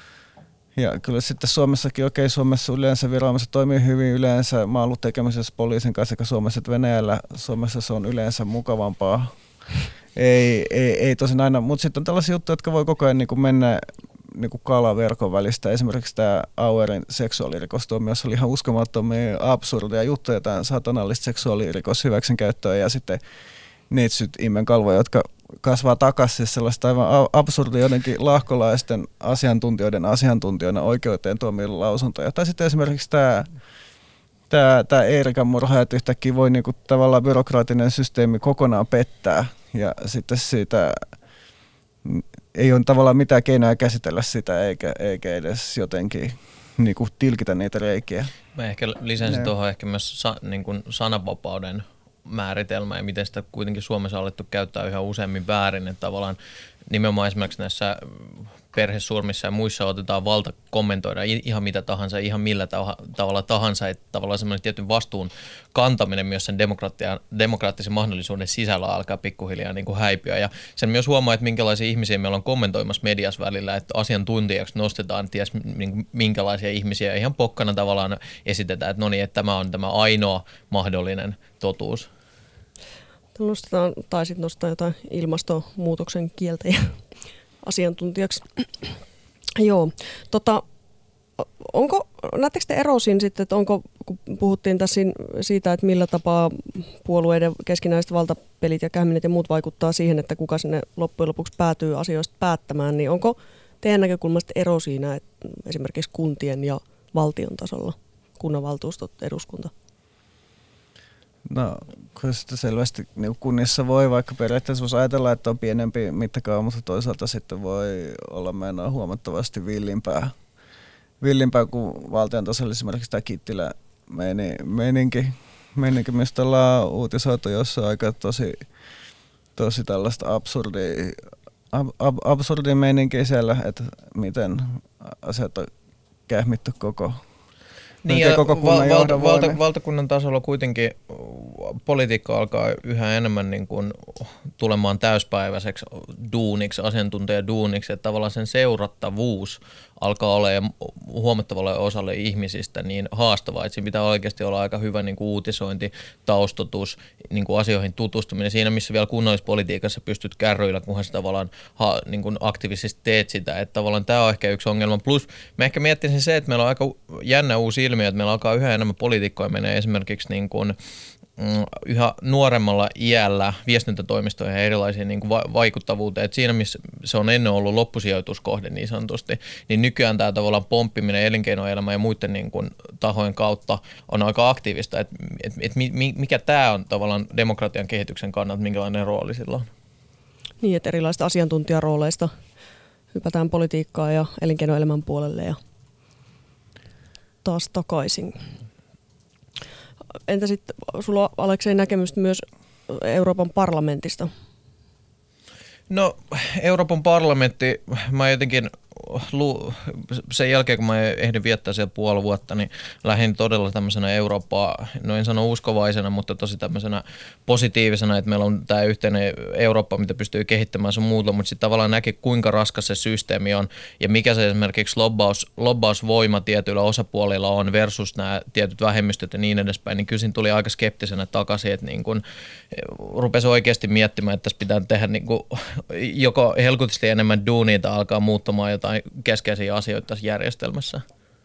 [SPEAKER 5] ja kyllä sitten Suomessakin, okei, okay, Suomessa yleensä viranomaiset toimii hyvin yleensä. Mä oon ollut tekemisessä poliisin kanssa sekä Suomessa että Venäjällä. Suomessa se on yleensä mukavampaa. Ei, ei, ei tosin aina, mutta sitten on tällaisia juttuja, jotka voi koko ajan niin kuin mennä niin kuin kalaverkon välistä. Esimerkiksi tämä Auerin seksuaalirikostuomiossa oli ihan uskomattomia absurdeja juttuja, tämän satanallista seksuaalirikoshyväksinkäyttöä ja sitten neitsyt immen kalvoja, jotka kasvaa takaisin siis sellaista aivan absurdia jotenkin lahkolaisten asiantuntijoiden asiantuntijoina oikeuteen tuomilla lausuntoja. Tai sitten esimerkiksi tämä Tämä, tämä Eerikan murha, että yhtäkkiä voi niinku tavallaan byrokraattinen systeemi kokonaan pettää ja sitten siitä ei ole tavallaan mitään keinoja käsitellä sitä eikä, eikä edes jotenkin niinku tilkitä niitä reikiä.
[SPEAKER 4] Mä ehkä lisäsin tuohon ehkä myös sa, niin kuin sananvapauden määritelmä ja miten sitä kuitenkin Suomessa on alettu käyttää yhä useammin väärin, että tavallaan nimenomaan esimerkiksi näissä perhesurmissa ja muissa otetaan valta kommentoida ihan mitä tahansa, ihan millä tavalla tahansa, että tavallaan semmoinen tietyn vastuun kantaminen myös sen demokraattisen mahdollisuuden sisällä alkaa pikkuhiljaa niin kuin häipyä. Ja sen myös huomaa, että minkälaisia ihmisiä meillä on kommentoimassa mediassa välillä, että asiantuntijaksi nostetaan ties minkälaisia ihmisiä ihan pokkana tavallaan esitetään, että no niin, että tämä on tämä ainoa mahdollinen totuus.
[SPEAKER 3] Nostetaan, tai sitten nostaa jotain ilmastonmuutoksen kieltäjä asiantuntijaksi. Joo. Tota, onko, näettekö te ero siinä sitten, että onko, kun puhuttiin tässä siitä, että millä tapaa puolueiden keskinäiset valtapelit ja kähminet ja muut vaikuttaa siihen, että kuka sinne loppujen lopuksi päätyy asioista päättämään, niin onko teidän näkökulmasta ero siinä, että esimerkiksi kuntien ja valtion tasolla, kunnanvaltuustot, eduskunta?
[SPEAKER 5] No, kyllä sitä selvästi niin kunnissa voi, vaikka periaatteessa voisi ajatella, että on pienempi mittakaava, mutta toisaalta sitten voi olla mennä huomattavasti villimpää, villimpää kuin valtion tasolla. Esimerkiksi tämä Kittilä meininki, meininki mistä ollaan uutisoitu, jossa on aika tosi, tosi tällaista absurdia, ab, ab, absurdia meininkiä siellä, että miten asiat on kähmitty koko
[SPEAKER 4] Niin ja val- valta, valta, valtakunnan tasolla kuitenkin politiikka alkaa yhä enemmän niin kuin tulemaan täyspäiväiseksi duuniksi, asiantuntijaduuniksi, että tavallaan sen seurattavuus alkaa olla huomattavalle osalle ihmisistä niin haastavaa, että siinä pitää oikeasti olla aika hyvä niin kuin uutisointi, taustotus, niin kuin asioihin tutustuminen. Siinä, missä vielä kunnallispolitiikassa pystyt kärryillä, kunhan sä tavallaan ha, niin kuin aktiivisesti teet sitä, että tavallaan tämä on ehkä yksi ongelma. Plus mä ehkä miettisin se, että meillä on aika jännä uusi ilmiö, että meillä alkaa yhä enemmän poliitikkoja menee esimerkiksi niin kuin yhä nuoremmalla iällä viestintätoimistoihin ja erilaisiin niin kuin vaikuttavuuteen. Et siinä, missä se on ennen ollut loppusijoituskohde niin sanotusti, niin nykyään tämä tavallaan pomppiminen elinkeinoelämän ja muiden niin kuin tahojen kautta on aika aktiivista. Et, et, et mikä tämä on tavallaan demokratian kehityksen kannalta, minkälainen rooli sillä on?
[SPEAKER 3] Niin, että erilaisista asiantuntijarooleista hypätään politiikkaa ja elinkeinoelämän puolelle ja taas takaisin. Entä sitten, sulla on Aleksei näkemystä myös Euroopan parlamentista?
[SPEAKER 4] No Euroopan parlamentti, mä jotenkin sen jälkeen, kun mä ehdin viettää siellä puoli vuotta, niin lähdin todella tämmöisenä Eurooppaa, no en sano uskovaisena, mutta tosi tämmöisenä positiivisena, että meillä on tämä yhteinen Eurooppa, mitä pystyy kehittämään sun muuta, mutta sitten tavallaan näki, kuinka raskas se systeemi on ja mikä se esimerkiksi lobbaus, lobbausvoima tietyillä osapuolilla on versus nämä tietyt vähemmistöt ja niin edespäin, niin kyllä siinä tuli aika skeptisenä takaisin, että niin kun rupesi oikeasti miettimään, että tässä pitää tehdä niin kun joko helkutisti enemmän duunia tai alkaa muuttamaan jotain keskeisiä asioita tässä järjestelmässä.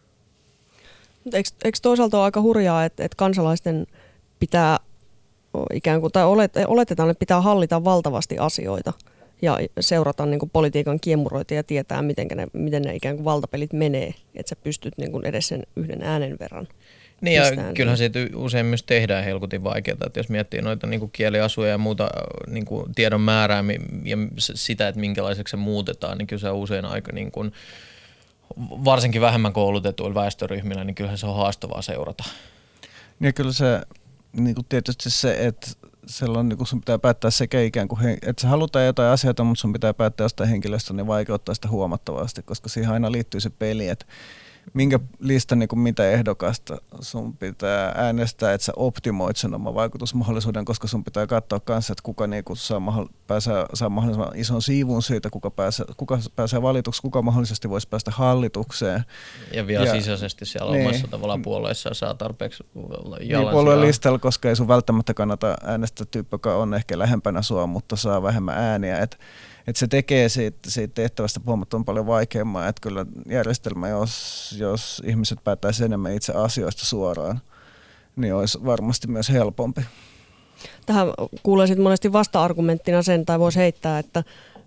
[SPEAKER 3] Eikö, eikö toisaalta ole aika hurjaa, että, että kansalaisten pitää ikään kuin, tai oletetaan, että pitää hallita valtavasti asioita ja seurata niin kuin politiikan kiemuroita ja tietää, miten ne, miten ne ikään kuin valtapelit menee, että sä pystyt niin kuin edes sen yhden äänen verran.
[SPEAKER 4] Niin ja kyllähän siitä usein myös tehdään helkutin vaikeaa, että jos miettii noita niin kuin kieliasuja ja muuta niin kuin tiedon määrää ja sitä, että minkälaiseksi se muutetaan, niin kyllä se on usein aika niin kuin, varsinkin vähemmän koulutetuilla väestöryhmillä, niin kyllähän se on haastavaa seurata.
[SPEAKER 5] Ja kyllä se niin kuin tietysti se, että silloin niin sun pitää päättää sekä ikään kuin, että sä halutaan jotain asioita, mutta sun pitää päättää jostain henkilöstä, niin vaikeuttaa sitä huomattavasti, koska siihen aina liittyy se peli, että minkä listan niin kuin mitä ehdokasta sun pitää äänestää, että sä optimoit sen oman vaikutusmahdollisuuden, koska sun pitää katsoa kanssa, että kuka niin kuin saa, mahdoll- pääsee, saa mahdollisimman ison siivun siitä, kuka pääsee, kuka pääsee valituksi, kuka mahdollisesti voisi päästä hallitukseen.
[SPEAKER 4] Ja vielä ja, sisäisesti siellä niin, omassa tavallaan puolueessa saa tarpeeksi jalansijaa.
[SPEAKER 5] Niin, puolueen listalla, koska ei sun välttämättä kannata äänestää tyyppi, joka on ehkä lähempänä sua, mutta saa vähemmän ääniä. Et, Että se tekee siitä, siitä tehtävästä huomattavan paljon vaikeammaa, että kyllä järjestelmä, jos, jos ihmiset päättäisi enemmän itse asioista suoraan, niin olisi varmasti myös helpompi.
[SPEAKER 3] Tähän kuulee sitten monesti vasta-argumenttina sen, tai voisi heittää, että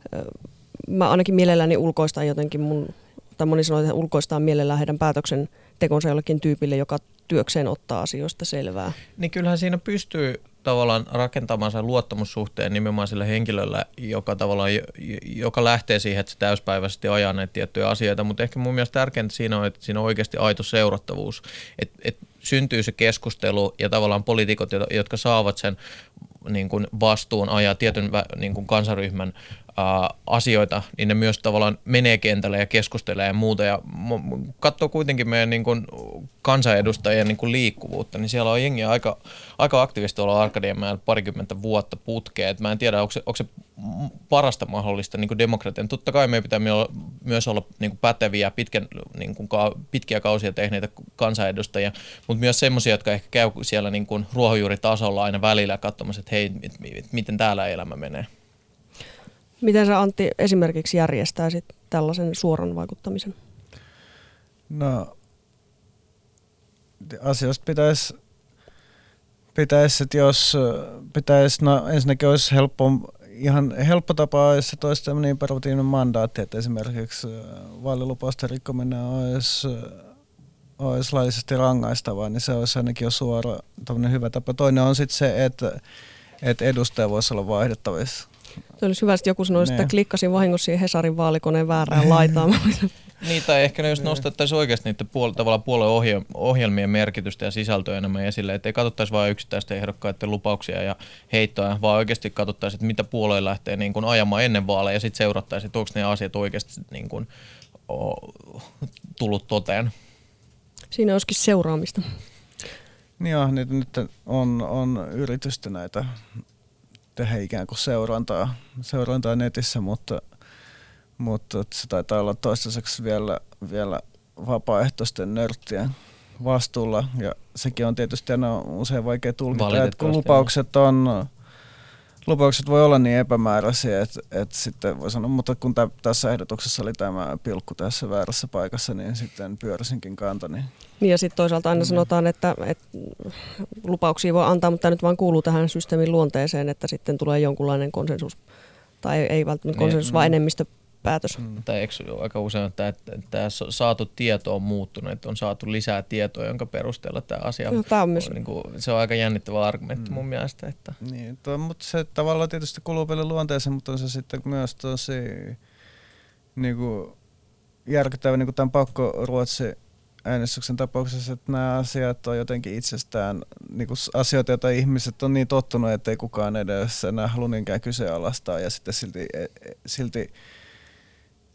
[SPEAKER 3] mä ainakin mielelläni ulkoistan jotenkin mun, tai moni sanoo, että ulkoistaa mielellään heidän päätöksentekonsa jollekin tyypille, joka työkseen ottaa asioista selvää.
[SPEAKER 4] Niin kyllähän siinä pystyy tavallaan rakentamaan sen luottamussuhteen nimenomaan sille henkilölle, joka tavallaan, joka lähtee siihen, että se täyspäiväisesti ajaa näitä tiettyjä asioita, mutta ehkä mun mielestä tärkeintä siinä on, että siinä on oikeasti aito seurattavuus, että et syntyy se keskustelu ja tavallaan poliitikot, jotka saavat sen niin kuin vastuun ajaa tietyn niin kuin kansaryhmän ää, asioita, niin ne myös tavallaan menee kentälle ja keskustelee ja muuta. Ja katsoo kuitenkin meidän niin kuin kansanedustajien niin kuin liikkuvuutta, niin siellä on jengi aika, aika aktiivisesti olla Arkadianmäellä parikymmentä vuotta putkeen. Et mä en tiedä, onko se, onko se parasta mahdollista niin kuin demokratian. Totta kai meidän pitää myös olla niin kuin päteviä, pitkän, niin kuin pitkiä kausia tehneitä kansanedustajia, mutta myös semmoisia, jotka ehkä käy siellä niin kuin ruohonjuuritasolla aina välillä katsomassa, että hei, miten täällä elämä menee.
[SPEAKER 3] Miten sä, Antti, esimerkiksi järjestäisit tällaisen suoran vaikuttamisen?
[SPEAKER 5] No, asioista pitäisi, pitäisi että jos pitäisi, no ensinnäkin olisi helppo, ihan helppo tapa, jos se toisi tämmöinen imperatiivinen mandaatti, että esimerkiksi vaalilupausten rikkominen olisi, olisi laillisesti rangaistavaa, niin se olisi ainakin jo suora tämmöinen hyvä tapa. Toinen on sitten se, että, että edustaja voisi olla vaihdettavissa.
[SPEAKER 3] Se olisi hyvä, että joku sanoisi, että klikkasin vahingossa siihen Hesarin vaalikoneen väärään laitaan.
[SPEAKER 4] Niin, tai ehkä ne just nostettaisiin oikeasti niiden puol- tavallaan puolueohjelmien merkitystä ja sisältöä enemmän esille, ettei katsottaisi vain yksittäisten ehdokkaiden lupauksia ja heittoja, vaan oikeasti katsottaisiin, että mitä puolue lähtee niin kuin ajamaan ennen vaaleja ja sitten seurattaisiin, että onko ne asiat oikeasti niin kuin, o, tullut toteen.
[SPEAKER 3] Siinä olisikin seuraamista.
[SPEAKER 5] Niin joo, nyt, nyt on, on yritystä näitä tehdä ikään kuin seurantaa, seurantaa netissä, mutta, mutta se taitaa olla toistaiseksi vielä, vielä vapaaehtoisten nörttien vastuulla. Ja sekin on tietysti aina usein vaikea tulkita, että kun lupaukset, on, lupaukset voi olla niin epämääräisiä, että, että sitten voi sanoa, mutta kun tä, tässä ehdotuksessa oli tämä pilkku tässä väärässä paikassa, niin sitten pyörisinkin kantani. Niin
[SPEAKER 3] ja sitten toisaalta aina sanotaan, että, että lupauksia voi antaa, mutta tämä nyt vaan kuuluu tähän systeemin luonteeseen, että sitten tulee jonkunlainen konsensus, tai ei, ei välttämättä konsensus, niin, vaan enemmistöpäätös.
[SPEAKER 4] Mm. Tai eikö aika usein, että tämä saatu tieto on muuttunut, että on saatu lisää tietoa, jonka perusteella tämä asia no, tämä on, myös... on niin kuin, se on aika jännittävä argumentti mm. mun mielestä. Että.
[SPEAKER 5] Niin, to, mutta se tavallaan tietysti kuuluu pelin luonteeseen, mutta on se sitten myös tosi niin kuin, järkyttävä niin kuin tämän pakkoruotsi äänestyksen tapauksessa, että nämä asiat on jotenkin itsestään niin kuin asioita, joita ihmiset on niin tottunut, että ei kukaan edes enää halua niinkään kyseenalaistaa ja sitten silti, silti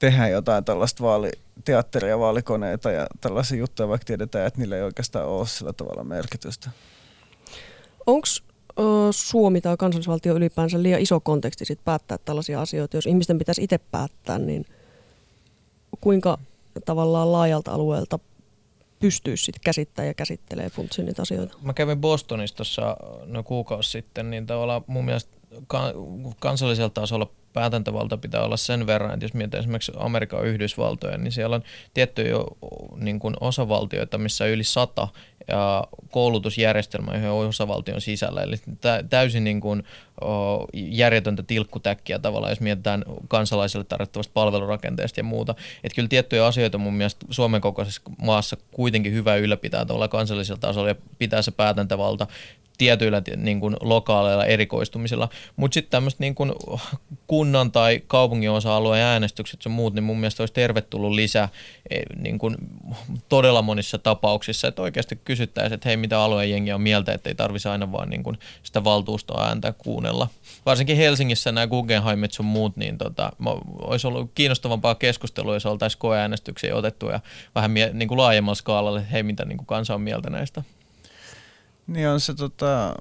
[SPEAKER 5] tehdään jotain tällaista vaaliteatteria, vaalikoneita ja tällaisia juttuja, vaikka tiedetään, että niillä ei oikeastaan ole sillä tavalla merkitystä.
[SPEAKER 3] Onko Suomi tai kansallisvaltio ylipäänsä liian iso konteksti sit päättää tällaisia asioita? Jos ihmisten pitäisi itse päättää, niin kuinka tavallaan laajalta alueelta pystyisi sit käsittämään ja käsittelee funtsin niitä asioita?
[SPEAKER 4] Mä kävin Bostonissa tuossa no kuukausi sitten, niin tavallaan mun mielestä kansallisella tasolla päätäntävalta pitää olla sen verran, että jos mietitään esimerkiksi Amerikan Yhdysvaltoja, niin siellä on tiettyjä niin kuin osavaltioita, missä on yli sata ja koulutusjärjestelmä yhden osavaltion sisällä. Eli täysin niin kuin, o, järjetöntä tilkkutäkkiä tavallaan, jos mietitään kansalaisille tarjottavasta palvelurakenteesta ja muuta. Että kyllä tiettyjä asioita mun mielestä Suomen kokoisessa maassa kuitenkin hyvä ylläpitää tavallaan kansallisella tasolla ja pitää se päätäntävalta tietyillä niin kuin lokaaleilla erikoistumisilla, mutta sitten tämmöiset niin kuin kunnan tai kaupungin osa-alueen äänestykset ja muut, niin mun mielestä olisi tervetullut lisä niin kuin todella monissa tapauksissa, että oikeasti kysyttäisiin, että hei, mitä alueen jengi on mieltä, että ei tarvitsisi aina vaan niin kuin sitä valtuustoa ääntä kuunnella. Varsinkin Helsingissä nämä Guggenheimit sun muut, niin tota, olisi ollut kiinnostavampaa keskustelua, jos oltaisiin koeäänestyksiä otettu ja vähän mie- niin kuin laajemmalla skaalalla, että hei, mitä niin kuin kansa on mieltä näistä.
[SPEAKER 5] Niin on se tota,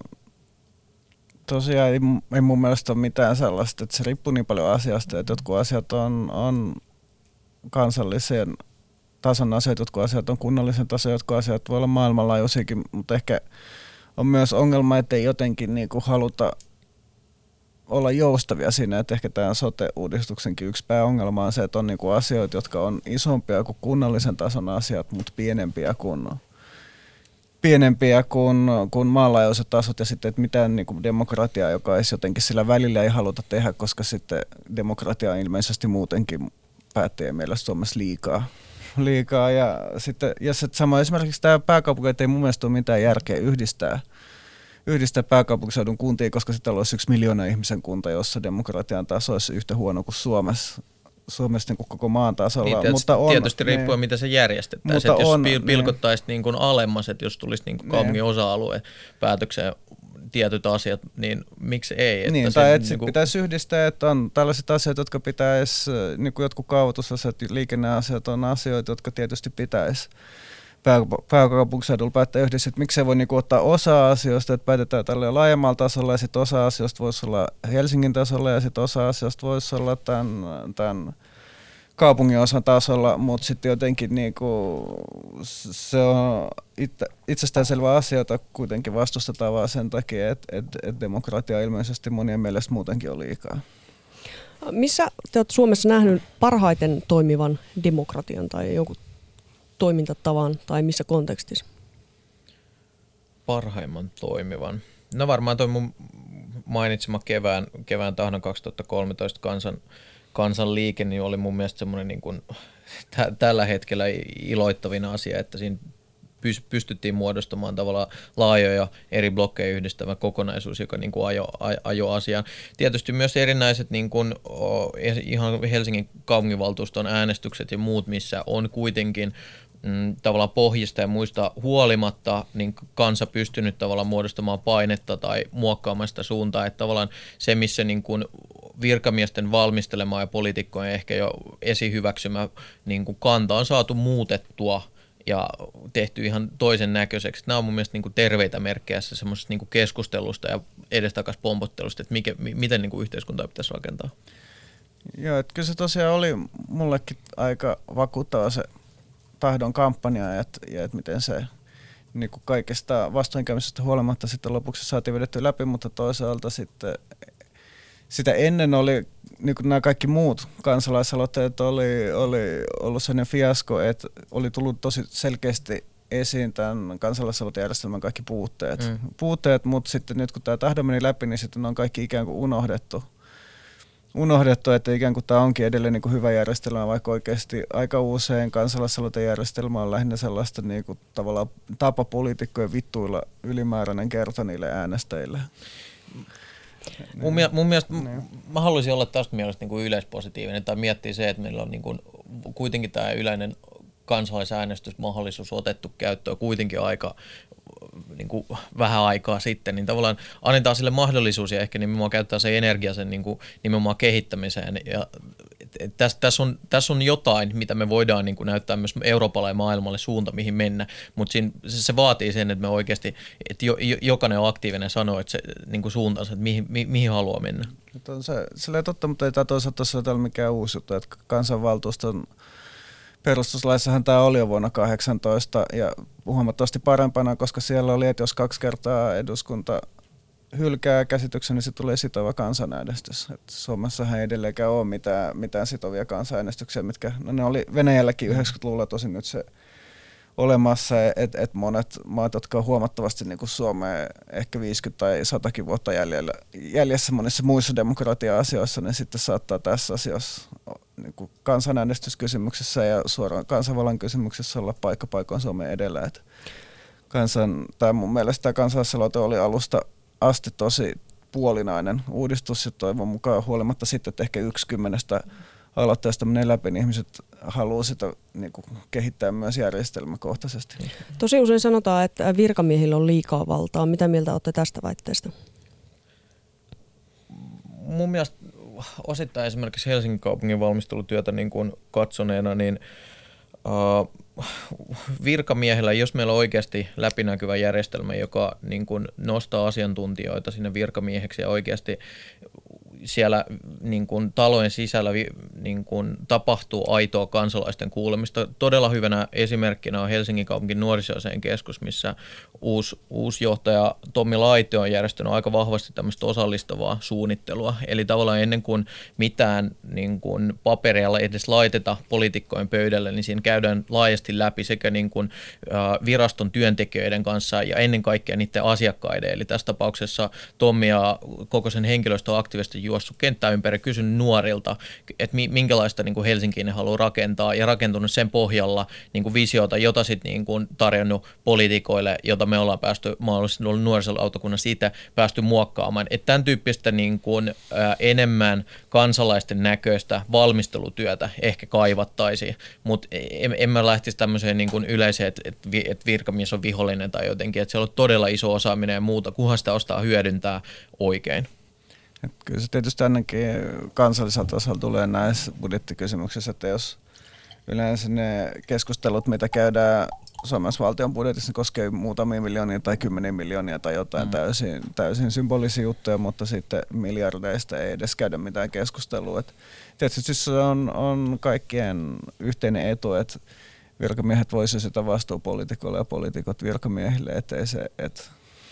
[SPEAKER 5] tosiaan ei, ei mun mielestä ole mitään sellaista, että se riippuu niin paljon asiasta, että jotkut asiat on, on kansallisen tason asioita, jotkut asiat on kunnallisen tason, jotkut asiat voi olla maailmanlaajuisiakin, mutta ehkä on myös ongelma, että ei jotenkin niin kuin haluta olla joustavia siinä, että ehkä tämän sote-uudistuksenkin yksi pääongelma on se, että on niin kuin asioita, jotka on isompia kuin kunnallisen tason asiat, mutta pienempiä kuin pienempiä kuin, kuin maanlaajuiset tasot ja sitten, että mitään niin kuin demokratiaa, joka olisi jotenkin sillä välillä ei haluta tehdä, koska sitten demokratia on ilmeisesti muutenkin päättäjien mielestä Suomessa liikaa. liikaa. Ja sitten ja sitten sama esimerkiksi tämä pääkaupunki, että ei mun mielestä ole mitään järkeä yhdistää, yhdistää pääkaupunkiseudun kuntia, koska sitten olisi yksi miljoona ihmisen kunta, jossa demokratian taso olisi yhtä huono kuin Suomessa. Suomessa niin koko maan tasolla.
[SPEAKER 4] Niin, tietysti,
[SPEAKER 5] mutta on,
[SPEAKER 4] tietysti riippuen, niin, mitä se järjestettäisiin. Jos on, pilkottaisiin niin kuin alemmas, että jos tulisi niin kuin kaupungin niin osa-alueen päätökseen tietyt asiat, niin miksi ei? Että
[SPEAKER 5] niin,
[SPEAKER 4] se,
[SPEAKER 5] tai että
[SPEAKER 4] niin kuin
[SPEAKER 5] pitäisi yhdistää, että on tällaiset asiat, jotka pitäisi, niin kuin jotkut kaavoitusasiat, liikenneasiat on asioita, jotka tietysti pitäisi pääkaupunkiseudulla päättää yhdessä, että miksei voi niinku ottaa osa asioista, että päätetään tällä laajemmalla tasolla ja sitten osa asioista voisi olla Helsingin tasolla ja sitten osa asioista voisi olla tämän, tämän kaupungin osan tasolla, mutta sitten jotenkin niinku se on itse, itsestäänselvä asia, jota kuitenkin vastustetaan vaan sen takia, että et, et demokratia ilmeisesti monien mielestä muutenkin on liikaa.
[SPEAKER 3] Missä te olette Suomessa nähnyt parhaiten toimivan demokratian tai jonkun toimintatavan tai missä kontekstissa?
[SPEAKER 4] Parhaimman toimivan. No varmaan tuo mun mainitsema kevään, kevään tahdon kaksituhattakolmetoista kansan, kansanliike niin oli mun mielestä semmoinen niin kuin t- tällä hetkellä iloittavin asia, että siinä pystyttiin muodostamaan tavallaan laajoja eri blokkeja yhdistävä kokonaisuus, joka niin kuin ajo, ajo asiaan. Tietysti myös erinäiset niin kuin, ihan Helsingin kaupunginvaltuuston äänestykset ja muut, missä on kuitenkin mm, tavallaan pohjista ja muista huolimatta niin kansa pystynyt tavallaan muodostamaan painetta tai muokkaamaan sitä suuntaa, että tavallaan se, missä niin kuin virkamiesten valmistelema ja poliitikkojen ehkä jo esihyväksymä niin kuin kanta on saatu muutettua ja tehty ihan toisen näköiseksi. Nämä on mun mielestä niin kuin terveitä merkkejä semmoisesta niin kuin keskustelusta ja edestakas pompottelusta, että mikä, miten niin kuin yhteiskuntaa pitäisi rakentaa.
[SPEAKER 5] Joo, että kyllä se tosiaan oli mullekin aika vakuuttava se tahdon kampanja ja että et miten se niin kuin kaikesta vastoinkäymisestä huolimatta sitten lopuksi saatiin vedetty läpi, mutta toisaalta sitten sitä ennen oli, niin kuin nämä kaikki muut kansalaisaloitteet oli, oli ollut sellainen fiasko, että oli tullut tosi selkeästi esiin tämän kansalaisaloitejärjestelmän kaikki puutteet. Mm. Puutteet, mutta sitten nyt kun tämä tahdo meni läpi, niin sitten on kaikki ikään kuin unohdettu. Unohdettu, että ikään kuin tämä onkin edelleen niin kuin hyvä järjestelmä, vaikka oikeasti aika usein kansalaisaloitejärjestelmä on lähinnä sellaista niin kuin tavallaan tapa poliitikkojen vittuilla ylimääräinen kerta niille äänestäjille.
[SPEAKER 4] Mun, mie- mun mielestä ne. Mä haluaisin olla tästä mielestä niin kuin yleispositiivinen tai miettiä se, että meillä on niin kuin kuitenkin tämä yleinen kansalaisäänestysmahdollisuus otettu käyttöön kuitenkin aika niin kuin vähän aikaa sitten, niin tavallaan annetaan sille mahdollisuus ja ehkä nimenomaan käyttää se energia sen niin kuin nimenomaan kehittämiseen ja et tässä, tässä, on, tässä on jotain, mitä me voidaan niin kuin näyttää myös Euroopalle ja maailmalle suunta, mihin mennä, mutta se, se vaatii sen, että me oikeasti, että jo, jokainen on aktiivinen sanoo, että se niin kuin suuntaansa, että mihin, mi, mihin haluaa mennä.
[SPEAKER 5] On se, se ei totta, mutta ei tämä toisaalta tosiaan ole mikään uusi juttu, että kansanvaltuuston perustuslaissahan tämä oli jo vuonna kahdeksantoista ja huomattavasti parempana, koska siellä oli, että jos kaksi kertaa eduskunta hylkää käsityksen, niin se tulee sitova kansanäänestys. Et Suomessahan ei edelleenkään ole mitään, mitään sitovia kansanäänestyksiä, mitkä, no ne oli Venäjälläkin yhdeksänkymmentäluvulla tosin nyt se olemassa, että et monet maat, jotka on huomattavasti niin kuin Suomea ehkä viisikymmentä tai satakin vuotta jäljellä, jäljessä monissa muissa demokratia-asioissa, niin sitten saattaa tässä asiassa niin kuin kansanäänestyskysymyksessä ja suoraan kansanvallan kysymyksessä olla paikka paikoin Suomen edellä. Et kansan, tai mun mielestä tämä kansalaisaloite oli alusta asti tosi puolinainen uudistus ja toivon mukaan huolimatta sitten, että ehkä yksi kymmenestä aloitteesta menee läpi, niin ihmiset haluaa sitä niin kuin kehittää myös järjestelmäkohtaisesti.
[SPEAKER 3] Tosi usein sanotaan, että virkamiehillä on liikaa valtaa. Mitä mieltä olette tästä väitteestä?
[SPEAKER 4] Mun mielestä osittain esimerkiksi Helsingin kaupungin valmistelutyötä niin kuin katsoneena, niin uh, virkamiehillä, jos meillä on oikeasti läpinäkyvä järjestelmä, joka niin kuin nostaa asiantuntijoita sinne virkamieheksi ja oikeasti siellä niin kuin talojen sisällä niin kuin tapahtuu aitoa kansalaisten kuulemista. Todella hyvänä esimerkkinä on Helsingin kaupungin nuorisoasiain keskus, missä uusi, uusi johtaja Tommi Laitio on järjestänyt aika vahvasti tämmöistä osallistavaa suunnittelua. Eli tavallaan ennen kuin mitään niin kuin paperia edes laiteta poliitikkojen pöydälle, niin siinä käydään laajasti läpi sekä niin kuin, äh, viraston työntekijöiden kanssa ja ennen kaikkea niiden asiakkaiden. Eli tässä tapauksessa Tommi ja koko sen henkilöstö on aktiivisesti juossut kenttää ympäri, kysynyt nuorilta, että minkälaista niin kuin Helsinkiin ne haluaa rakentaa ja rakentunut sen pohjalla niin kuin visiota, jota sitten niin kuin tarjonnut poliitikoille, jota me ollaan päästy mahdollisesti nuorisolautakunnassa siitä päästy muokkaamaan. Että tämän tyyppistä niin kuin, ää, enemmän kansalaisten näköistä valmistelutyötä ehkä kaivattaisiin, mutta en, en mä lähtisi tämmöiseen niin kuin yleiseen, että et, et virkamies on vihollinen tai jotenkin, että siellä on todella iso osaaminen ja muuta, kunhan sitä ostaa hyödyntää oikein.
[SPEAKER 5] Et kyllä se tietysti ainakin kansallisella tasolla tulee näissä budjettikysymyksissä, että jos yleensä ne keskustelut, mitä käydään Suomessa valtion budjetissa, ne koskee muutamia miljoonia tai kymmeniä miljoonia tai jotain mm. täysin, täysin symbolisia juttuja, mutta sitten miljardeista ei edes käydä mitään keskustelua. Et tietysti se on, on kaikkien yhteinen etu, että virkamiehet voisivat sitä vastuupoliitikoille ja poliitikot virkamiehille, ettei se, että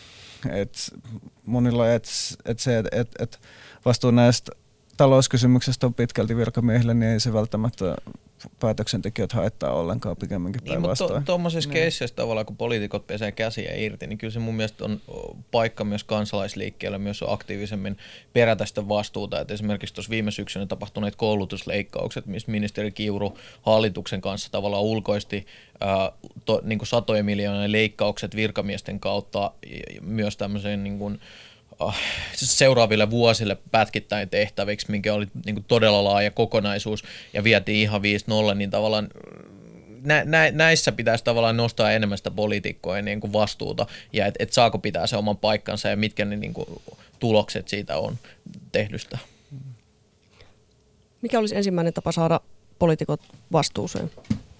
[SPEAKER 5] Et monilla et, et se, että et, et vastuu näistä talouskysymyksistä on pitkälti virkamiehille, niin ei se välttämättä päätöksentekijät haittaa ollenkaan, pikemminkin päinvastoin.
[SPEAKER 4] Niin, tuommoisissa niin. keisseissä tavallaan, kun poliitikot pesee käsiä irti, niin kyllä se mun mielestä on paikka myös kansalaisliikkeelle myös aktiivisemmin perätä sitä vastuuta. Et esimerkiksi tuossa viime syksynä tapahtuneet koulutusleikkaukset, missä ministeri Kiuru hallituksen kanssa tavallaan ulkoisti ää, to, niin kuin satojen miljoonien leikkaukset virkamiesten kautta myös tämmöiseen niin kuin seuraaville vuosille pätkittäin tehtäviksi, minkä oli niin kuin todella laaja kokonaisuus ja vietiin ihan viisi nolla, niin tavallaan nä, nä, näissä pitäisi tavallaan nostaa enemmän sitä poliitikkojen niin kuin vastuuta ja että et saako pitää se oman paikkansa ja mitkä ne niin kuin tulokset siitä on tehdystä.
[SPEAKER 3] Mikä olisi ensimmäinen tapa saada poliitikot vastuuseen?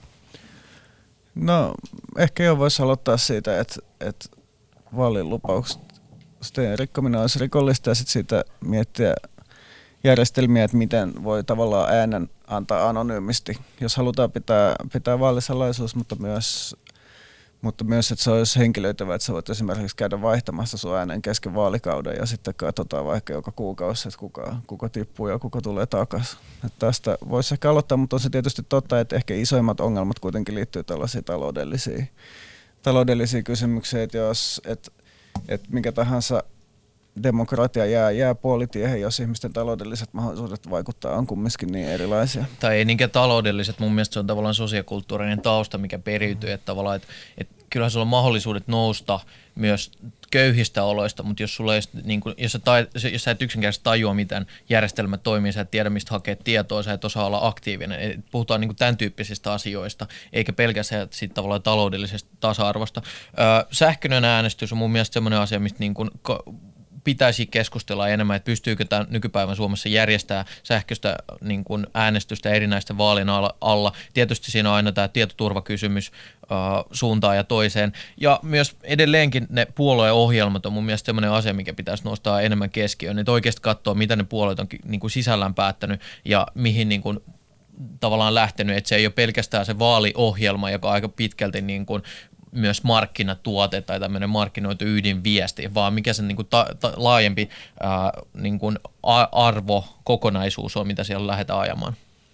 [SPEAKER 5] No ehkä jo voisi aloittaa siitä, että, että vaalilupaukset sitten rikkominen olisi rikollista ja sitten siitä miettiä järjestelmiä, että miten voi tavallaan äänen antaa anonyymisti, jos halutaan pitää, pitää vaalisalaisuus, mutta myös, mutta myös, että se olisi henkilöitävä, että sä voit esimerkiksi käydä vaihtamassa sun äänen kesken vaalikauden ja sitten katsotaan vaikka joka kuukausi, että kuka, kuka tippuu ja kuka tulee takaisin. Että tästä voisi ehkä aloittaa, mutta on se tietysti totta, että ehkä isoimmat ongelmat kuitenkin liittyy tällaisiin taloudellisiin, taloudellisiin kysymyksiin, että jos et, että minkä tahansa demokratia jää, jää puolitiehen, jos ihmisten taloudelliset mahdollisuudet vaikuttaa on kumminkin niin erilaisia.
[SPEAKER 4] Tai ei niinkään taloudelliset, mun mielestä se on tavallaan sosiokulttuurinen tausta, mikä periytyy, että tavallaan, että, että kyllähän sulla on mahdollisuudet nousta myös köyhistä oloista, mutta jos, sulla ei, niin kuin, jos, sä tai, jos sä et yksinkertaisesti tajua, miten järjestelmä toimii, sä et tiedä, mistä hakea tietoa, sä et osaa olla aktiivinen. Eli puhutaan niin kuin tämän tyyppisistä asioista, eikä pelkästään siitä tavallaan taloudellisesta tasa-arvosta. Öö, sähköinen äänestys on mun mielestä semmoinen asia, mistä niin kuin pitäisi keskustella enemmän, että pystyykö tämän nykypäivän Suomessa järjestää sähköistä niin kuin äänestystä erinäisten vaalien alla. Tietysti siinä on aina tämä tietoturvakysymys äh, suuntaan ja toiseen. Ja myös edelleenkin ne puolueohjelmat on mun mielestä sellainen asia, mikä pitäisi nostaa enemmän keskiöön. Että oikeasti katsoa, mitä ne puolueet on niin kuin sisällään päättänyt ja mihin niin kuin tavallaan lähtenyt. Että se ei ole pelkästään se vaaliohjelma, joka aika pitkälti niin kuin myös markkinatuote tai tämmöinen markkinoitu ydinviesti, vaan mikä se niin kuin ta- ta- laajempi ää, niin kuin arvokokonaisuus on, mitä siellä lähdetään ajamaan.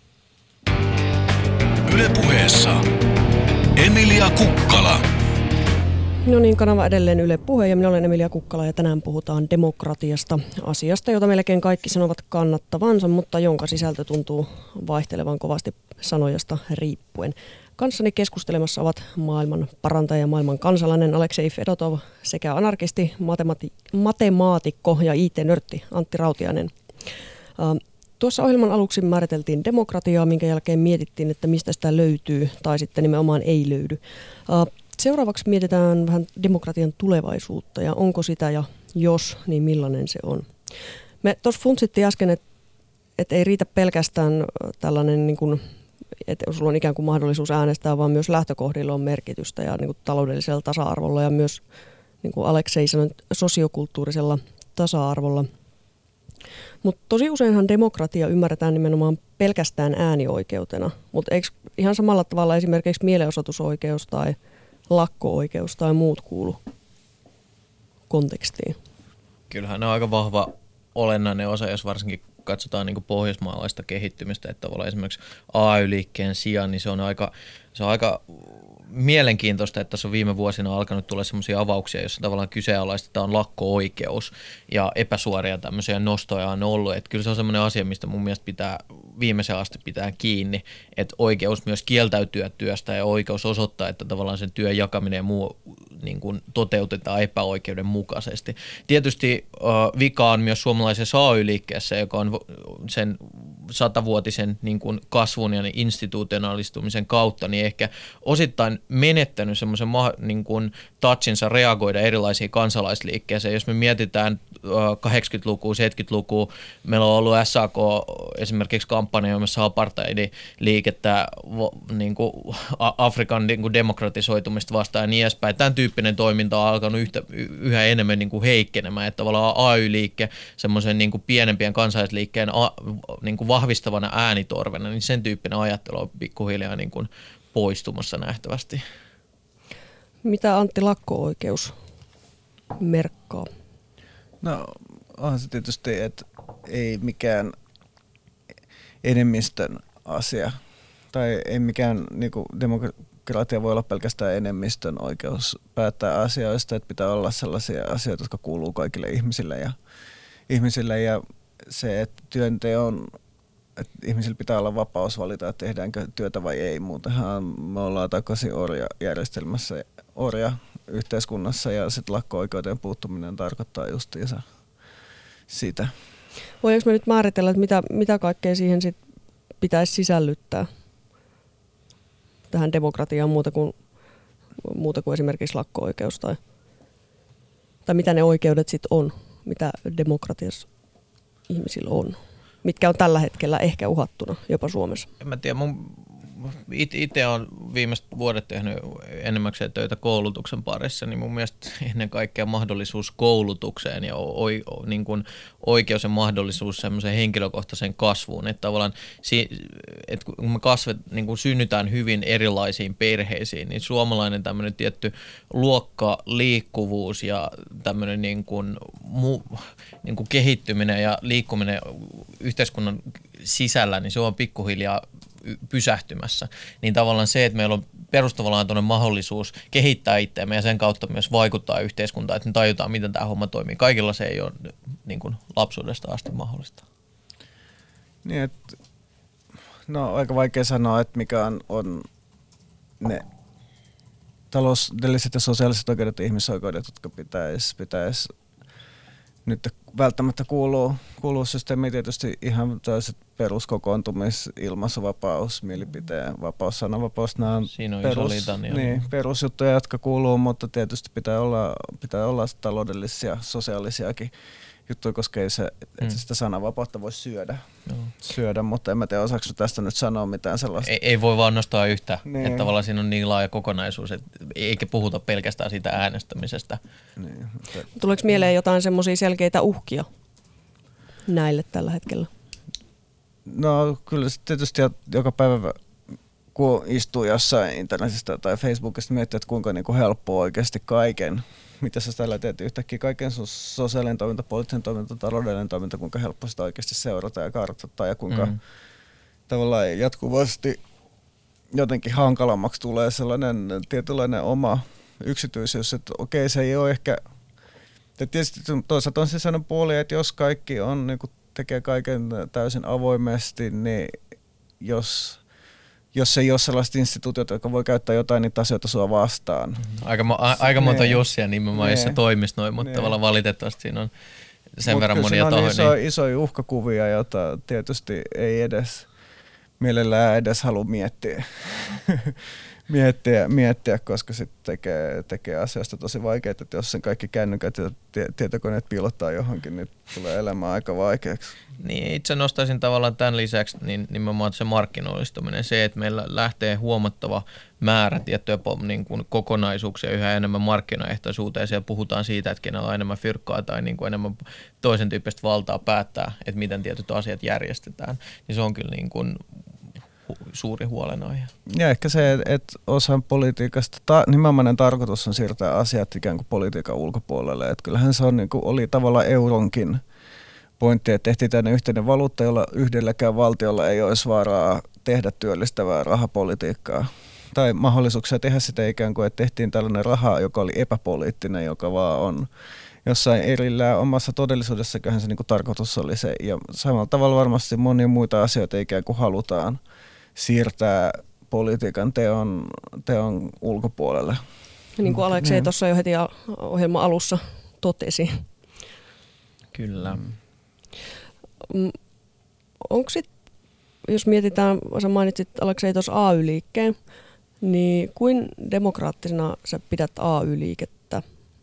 [SPEAKER 2] Yle Puheessa Emilia Kukkala.
[SPEAKER 3] No niin, kanava edelleen Yle Puhe ja minä olen Emilia Kukkala ja tänään puhutaan demokratiasta, asiasta, jota melkein kaikki sanovat kannattavansa, mutta jonka sisältö tuntuu vaihtelevan kovasti sanojasta riippuen. Kanssani keskustelemassa ovat maailman parantaja ja maailman kansalainen Aleksei Fedotov sekä anarkisti, matemati- matemaatikko ja I T-nörtti Antti Rautiainen. Uh, tuossa ohjelman aluksi määriteltiin demokratiaa, minkä jälkeen mietittiin, että mistä sitä löytyy tai sitten nimenomaan ei löydy. Uh, seuraavaksi mietitään vähän demokratian tulevaisuutta ja onko sitä ja jos, niin millainen se on. Me tuossa funtsittiin äsken, että et ei riitä pelkästään tällainen niin kuin että sulla on ikään kuin mahdollisuus äänestää, vaan myös lähtökohdilla on merkitystä ja niin kuin taloudellisella tasa-arvolla ja myös, niin kuin Aleksei sanoi, sosiokulttuurisella tasa-arvolla. Mutta tosi useinhan demokratia ymmärretään nimenomaan pelkästään äänioikeutena, mutta eikö ihan samalla tavalla esimerkiksi mielenosoitusoikeus tai lakko-oikeus tai muut kuulu kontekstiin?
[SPEAKER 4] Kyllähän ne on aika vahva olennainen osa, jos varsinkin katsotaan niin kuin pohjoismaalaista kehittymistä, että tavallaan esimerkiksi A Y-liikkeen sijaan, niin se on aika, se on aika mielenkiintoista, että tässä on viime vuosina alkanut tulla sellaisia avauksia, joissa tavallaan kyseenalaistetaan lakko-oikeus ja epäsuoria tämmöisiä nostoja on ollut. Että kyllä se on semmoinen asia, mistä mun mielestä pitää viimeisen asti pitää kiinni, että oikeus myös kieltäytyä työstä ja oikeus osoittaa, että tavallaan sen työn jakaminen ja muu niin kuin toteutetaan epäoikeudenmukaisesti. Tietysti äh, vika on myös suomalaisessa A Y-liikkeessä, joka on sen satavuotisen niin kuin kasvun ja institutionalistumisen kautta, niin ehkä osittain menettänyt semmoisen niin kuin touchinsa reagoida erilaisiin kansalaisliikkeeseen. Jos me mietitään kahdeksankymmentälukua, seitsemänkymmentälukua, meillä on ollut S A K esimerkiksi kampanjoimassa apartheidiliikettä, niin kuin Afrikan niin kuin demokratisoitumista vastaan ja niin edespäin. Tämän tyyppinen toiminta on alkanut yhtä, yhä enemmän niin kuin heikkenemään, että tavallaan A Y-liikke semmoisen niin kuin pienempien kansalaisliikkeen a, niin kuin vahvistavana äänitorvena, niin sen tyyppinen ajattelu on pikkuhiljaa niin kuin poistumassa nähtävästi.
[SPEAKER 3] Mitä Antti lakko-oikeus merkkaa?
[SPEAKER 5] No onhan se tietysti, että ei mikään enemmistön asia tai ei mikään niin kuin demokratia voi olla pelkästään enemmistön oikeus päättää asioista, että pitää olla sellaisia asioita, jotka kuuluu kaikille ihmisille ja, ihmisille ja se, että työnteon, että ihmisillä pitää olla vapaus valita, että tehdäänkö työtä vai ei. Muutenhan me ollaan takaisin orjajärjestelmässä, orjayhteiskunnassa ja sitten lakko-oikeuteen puuttuminen tarkoittaa justiinsa sitä.
[SPEAKER 3] Voinko me nyt määritellä, että mitä, mitä kaikkea siihen sit pitäisi sisällyttää tähän demokratiaan muuta kuin, muuta kuin esimerkiksi lakko-oikeus tai, tai mitä ne oikeudet sitten on, mitä demokratiassa ihmisillä on, mitkä on tällä hetkellä ehkä uhattuna jopa Suomessa?
[SPEAKER 4] En mä tiedä, mun itse olen viimeiset vuodet tehnyt enimmäkseen töitä koulutuksen parissa, niin mun mielestä ennen kaikkea mahdollisuus koulutukseen ja o, o, niin kuin oikeus ja mahdollisuus semmoiseen henkilökohtaiseen kasvuun, että tavallaan että kun me kasvet, niin kuin synnytään hyvin erilaisiin perheisiin, niin suomalainen tämmöinen tietty luokka, liikkuvuus ja tämmöinen niin kuin, mu, niin kuin kehittyminen ja liikkuminen yhteiskunnan sisällä, niin se on pikkuhiljaa pysähtymässä, niin tavallaan se, että meillä on perustavanlaatuinen mahdollisuus kehittää itseämme ja sen kautta myös vaikuttaa yhteiskuntaan, että me tajutaan, miten tämä homma toimii. Kaikilla se ei ole niin kuin lapsuudesta asti mahdollista.
[SPEAKER 5] Niin, että, no aika vaikea sanoa, että mikä on, on ne taloudelliset ja sosiaaliset oikeudet ja ihmisoikeudet, jotka pitäisi, pitäisi nyt välttämättä kuuluu, kuuluu systeemiin tietysti ihan tällaiset peruskokoontumis, ilmaisuvapaus, mielipiteen vapaus, sananvapaus, nämä on,
[SPEAKER 4] Siinä on
[SPEAKER 5] perus, niin, perusjuttuja, jotka kuuluu, mutta tietysti pitää olla, pitää olla taloudellisia, sosiaalisiakin juttuja, koska ei se, että mm. sitä sananvapautta voi syödä, no. syödä, mutta en mä tiedä, osaako tästä nyt sanoa mitään sellaista.
[SPEAKER 4] Ei, ei voi vaan nostaa yhtä,
[SPEAKER 5] niin.
[SPEAKER 4] Että tavallaan siinä on niin laaja kokonaisuus, että eikä puhuta pelkästään siitä äänestämisestä.
[SPEAKER 3] Niin. Tuleeko mieleen jotain semmoisia selkeitä uhkia näille tällä hetkellä?
[SPEAKER 5] No kyllä tietysti joka päivä, kun istuu jossain internetistä tai Facebookista, miettii, että kuinka niinku helppoa oikeasti kaiken, mitä sä tällä teet yhtäkkiä, kaiken sun sosiaalinen toiminta, poliittinen toiminta, taloudellinen toiminta, kuinka helppo sitä oikeasti seurata ja kartoittaa ja kuinka mm. tavallaan jatkuvasti jotenkin hankalammaksi tulee sellainen tietynlainen oma yksityisyys, että okei, se ei ole ehkä, ja tietysti toisaalta on se sellainen puoli, että jos kaikki on, niin tekee kaiken täysin avoimesti, niin jos, jos ei ole sellaista instituutiota, joka voi käyttää jotain niitä asioita sua vastaan.
[SPEAKER 4] Aika, a, aika monta nee. Jussia nimenomaan, jossa toimisi noin, mutta nee. tavallaan valitettavasti siinä on sen Mut verran monia tahoja.
[SPEAKER 5] Iso, niin. isoja uhkakuvia, joita tietysti ei edes mielellään edes halua miettiä. miettiä, miettiä, koska sitten tekee, tekee asiasta tosi vaikeaa, että jos sen kaikki kännykät ja tietokoneet piilottaa johonkin, niin tulee elämä aika vaikeaksi.
[SPEAKER 4] Niin, itse nostaisin tavallaan tämän lisäksi niin nimenomaan se markkinoillistuminen, se, että meillä lähtee huomattava määrä tiettyjä niin kuin kokonaisuuksia yhä enemmän markkinaehtoisuuteen. Siellä puhutaan siitä, että kenellä on enemmän fyrkkaa tai niin kuin enemmän toisen tyyppistä valtaa päättää, että miten tietyt asiat järjestetään. Niin se on kyllä niin kuin suuri huolenaihe.
[SPEAKER 5] Ja ehkä se, että osan politiikasta, ta, nimenomainen tarkoitus on siirtää asiat ikään kuin politiikan ulkopuolelle. Että kyllähän se on, niin kuin, oli tavallaan euronkin pointti, että tehtiin tänne yhteinen valuutta, jolla yhdelläkään valtiolla ei olisi varaa tehdä työllistävää rahapolitiikkaa. Tai mahdollisuuksia tehdä sitä ikään kuin, että tehtiin tällainen raha, joka oli epäpoliittinen, joka vaan on jossain erillään omassa todellisuudessa, kyllähän se niin kuin tarkoitus oli se. Ja samalla tavalla varmasti monia muita asioita ikään kuin halutaan siirtää politiikan teon, teon ulkopuolelle.
[SPEAKER 3] Niin kuin Aleksei tuossa jo heti ohjelman alussa totesi.
[SPEAKER 4] Kyllä.
[SPEAKER 3] Mm. Onko sitten, jos mietitään, sä mainitsit Aleksei tuossa A Y-liikkeen, niin kuin demokraattisena sä pidät A Y-liikettä?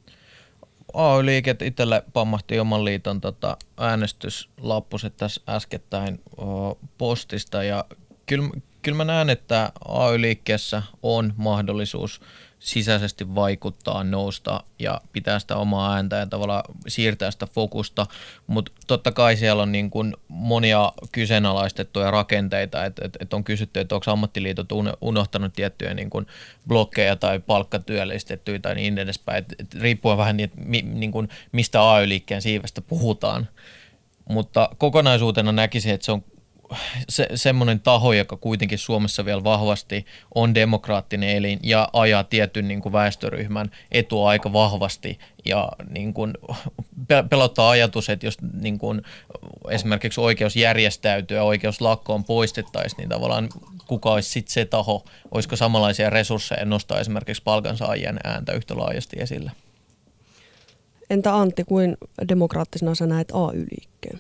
[SPEAKER 4] A Y-liiket itselle pammahti oman liiton tota, äänestyslappuset tässä äskettäin o, postista ja Kyllä, kyllä mä näen, että A Y-liikkeessä on mahdollisuus sisäisesti vaikuttaa, nousta ja pitää sitä omaa ääntä ja tavallaan siirtää sitä fokusta, mutta totta kai siellä on niin kuin monia kyseenalaistettuja rakenteita, että et, et on kysytty, että onko ammattiliitot unohtanut tiettyjä niin kuin blokkeja tai palkkatyöllistettyjä tai niin edespäin, et, et riippuen vähän niin, mi, niin kuin mistä A Y-liikkeen siivestä puhutaan, mutta kokonaisuutena näkisin, että se on Se, semmoinen taho, joka kuitenkin Suomessa vielä vahvasti on demokraattinen elin ja ajaa tietyn niin kuin väestöryhmän etua aika vahvasti ja niin kuin pelottaa ajatus, että jos niin kuin esimerkiksi oikeus järjestäytyä, oikeus lakkoon poistettaisiin, niin tavallaan kuka olisi sitten se taho, olisiko samanlaisia resursseja nostaa esimerkiksi palkansaajien ääntä yhtä laajasti esille?
[SPEAKER 3] Entä Antti, kuin demokraattisena sä näet A Y-liikkeen?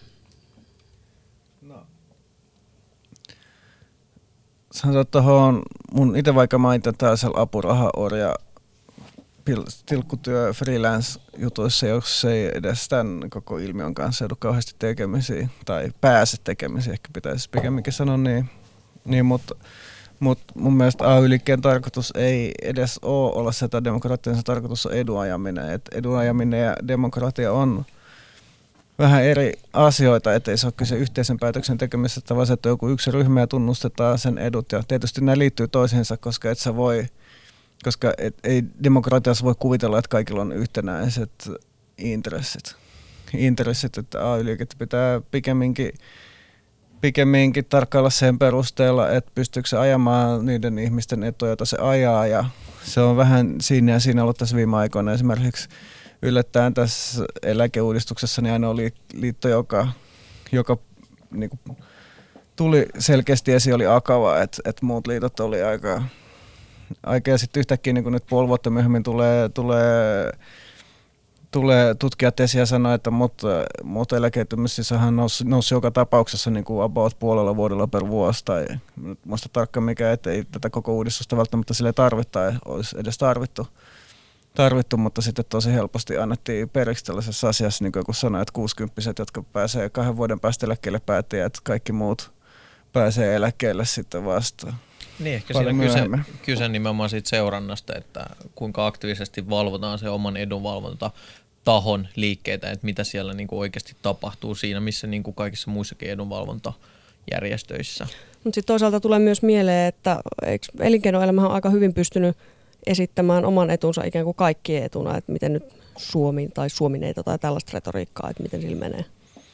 [SPEAKER 5] Sanotaan tuohon, mun itse vaikka mainita tällaisella apurahaorja tilkkutyö freelance-jutuissa, jos ei edes tämän koko ilmiön kanssa joudu kauheasti tekemisiä tai pääse tekemisiin, ehkä pitäisi pikemminkin sanoa niin, niin mutta mut mun mielestä A Y-liikkeen tarkoitus ei edes ole olla sitä demokratian, se tarkoitus on edunajaminen. Et edunajaminen ja demokratia on vähän eri asioita, ettei se ole kyse yhteisen päätöksen tekemisestä, vaan se, että joku yksi ryhmä ja tunnustetaan sen edut. Ja tietysti nämä liittyy toisiinsa, koska et sä voi, koska et, ei demokratiassa voi kuvitella, että kaikilla on yhtenäiset intressit. Intressit, että A Y-liikettä pitää pikemminkin, pikemminkin tarkkailla sen perusteella, että pystyykö se ajamaan niiden ihmisten etuja, joita se ajaa. Ja se on vähän siinä ja siinä ollut tässä viime aikoina esimerkiksi yllättäen tässä eläkeuudistuksessa niin aina oli liitto, joka, joka niin kuin tuli selkeästi esiin, oli Akava, että et muut liitot oli aika, aika ja sitten yhtäkkiä niin nyt puoli vuotta myöhemmin tulee, tulee tulee tutkijat esiin ja sanoo, että muut, muut eläkeytymisissähän nousi, nousi joka tapauksessa niin kuin about puolella vuodella per vuosi. Tai muista tarkkaan mikä, että ei tätä koko uudistusta välttämättä sille tarvittaa, ei olisi edes tarvittu. tarvittu, mutta sitten tosi helposti annettiin periksi tällaisessa asiassa, niin kuin joku sanoi, että kuusikymppiset, jotka pääsee kahden vuoden päästä eläkkeelle, päätti, että kaikki muut pääsee eläkkeelle sitten vasta.
[SPEAKER 4] Niin, ehkä siinä kyse, kyse nimenomaan siitä seurannasta, että kuinka aktiivisesti valvotaan se oman edunvalvonta tahon liikkeitä, että mitä siellä niin kuin oikeasti tapahtuu siinä, missä niin kuin kaikissa muissakin edunvalvontajärjestöissä. Mutta
[SPEAKER 3] sitten toisaalta tulee myös mieleen, että eikö elinkeinoelämähän on aika hyvin pystynyt esittämään oman etunsa ikään kuin kaikkien etuna, että miten nyt Suomi tai Suomineita tai tällaista retoriikkaa, että miten sillä menee.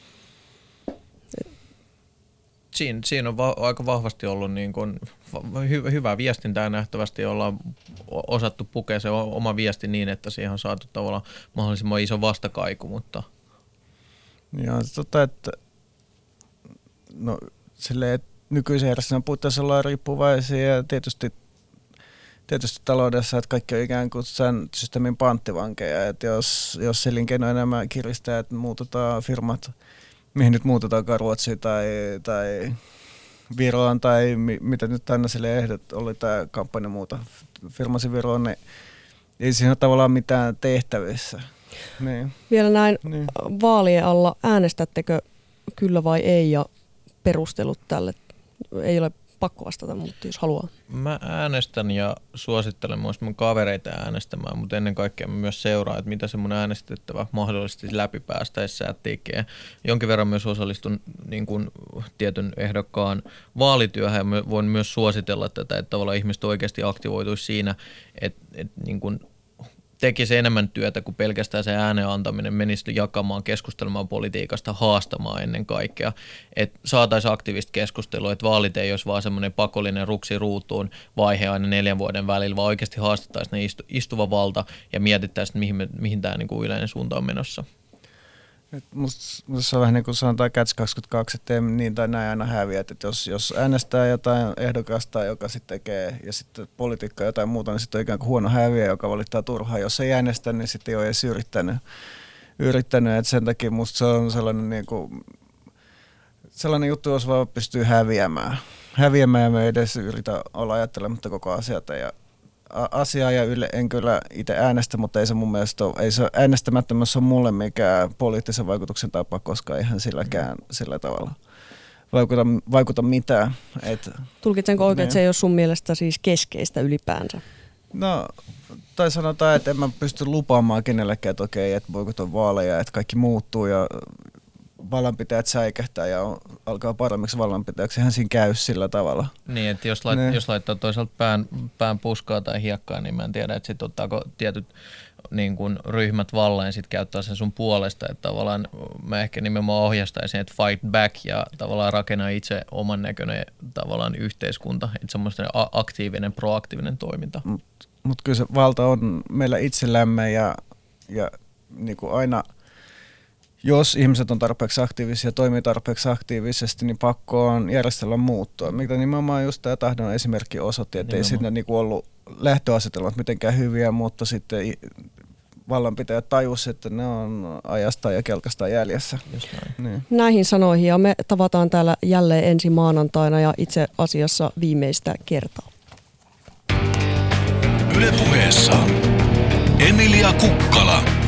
[SPEAKER 4] Siinä, siinä on va- aika vahvasti ollut niin kuin hy- hyvää viestintää nähtävästi, ollaan osattu pukea se oma viesti niin, että siihen on saatu tavallaan mahdollisimman iso vastakaiku, mutta...
[SPEAKER 5] Joo, tota, että no silleen, että nykyisen järjestelmän puitteissa ollaan riippuvaisia ja tietysti Tietysti taloudessa, että kaikki on ikään kuin sen systeemin panttivankeja, että jos, jos elinkeinoelämä kiristää, että muutetaan firmat, mihin nyt muutetaankaan Ruotsiin tai, tai Viroon tai mi, mitä nyt aina sille ehdot oli tämä kampanja muuta firmasi Viroon, niin ei siinä ole tavallaan mitään tehtävissä. Niin.
[SPEAKER 3] Vielä näin niin. Vaalien alla äänestättekö kyllä vai ei ja perustelut tälle? Ei ole pakko vastata, mutta jos haluaa.
[SPEAKER 4] Mä äänestän ja suosittelen myös mun kavereita äänestämään, mutta ennen kaikkea mä myös seuraan, että mitä se mun äänestettävä mahdollisesti läpipäästäessä tekee. Jonkin verran myös osallistun niin kuin tietyn ehdokkaan vaalityöhön ja voin myös suositella tätä, että tavallaan ihmiset oikeasti aktivoituisi siinä, että, että niin kuin tekisi enemmän työtä kuin pelkästään se äänen antaminen, menisi jakamaan, keskustelemaan politiikasta, haastamaan ennen kaikkea. Että saataisiin aktiivista keskustelua, että vaalit ei olisi vaan semmoinen pakollinen ruksi ruutuun vaihe aina neljän vuoden välillä, vaan oikeasti haastettaisiin ne istu, istuva valta ja mietittäisiin, mihin, me, mihin tämä niinku yleinen suunta on menossa.
[SPEAKER 5] Musta se on vähän niin kuin sanotaan Catch kaksikymmentäkaksi, että ei niin tai näin aina häviä. Että jos, jos äänestää jotain ehdokasta, joka sitten tekee, ja sitten politiikkaa jotain muuta, niin sitten on ikään kuin huono häviä, joka valittaa turhaa. Jos ei äänestä, niin sitten ei ole edes yrittänyt. yrittänyt. Että sen takia musta se on sellainen, niin kuin, sellainen juttu, jos vaan pystyy häviämään. Häviämään ja me ei edes yritä olla ajattelematta koko asiata. Ja asiaa ja yle, en kyllä itse äänestä, mutta ei se mun mielestä ole, ei se äänestämättömyys ole mulle mikään poliittisen vaikutuksen tapa, koska eihän silläkään sillä tavalla vaikuta, vaikuta mitään. Et,
[SPEAKER 3] Tulkitsenko oikein,
[SPEAKER 5] niin.
[SPEAKER 3] Että se ei ole sun mielestä siis keskeistä ylipäänsä?
[SPEAKER 5] No, tai sanotaan, että en mä pysty lupaamaan kenellekään, että okei, että boikotoin vaaleja, että kaikki muuttuu ja vallanpitäjät säikähtää ja on, alkaa paremmiksi vallanpitäjäksi. Eihän siinä käy sillä tavalla.
[SPEAKER 4] Niin, että jos, lait, jos laittaa toisaalta pään, pään puskaa tai hiekkaa, niin mä en tiedä, että sitten ottaako tietyt niin kun ryhmät vallan ja sitten käyttää sen sun puolesta. Että tavallaan mä ehkä nimenomaan ohjastaisin, että fight back ja tavallaan rakenna itse oman näköinen tavallaan yhteiskunta. Että semmoinen aktiivinen, proaktiivinen toiminta.
[SPEAKER 5] Mutta mut kyllä se valta on meillä itsellämme ja, ja niin kuin aina... Jos ihmiset on tarpeeksi aktiivisia ja toimii tarpeeksi aktiivisesti, niin pakko on järjestellä muuttua. Mikä nimenomaan just tämä tahdon esimerkki osoitti, että ei siinä niinku ollut lähtöasetelmat mitenkään hyviä, mutta sitten vallanpitäjät tajusivat, että ne on ajasta ja kelkasta jäljessä.
[SPEAKER 3] Niin. Näihin sanoihin ja me tavataan täällä jälleen ensi maanantaina ja itse asiassa viimeistä kertaa.
[SPEAKER 2] Yle Puheessa Emilia Kukkala.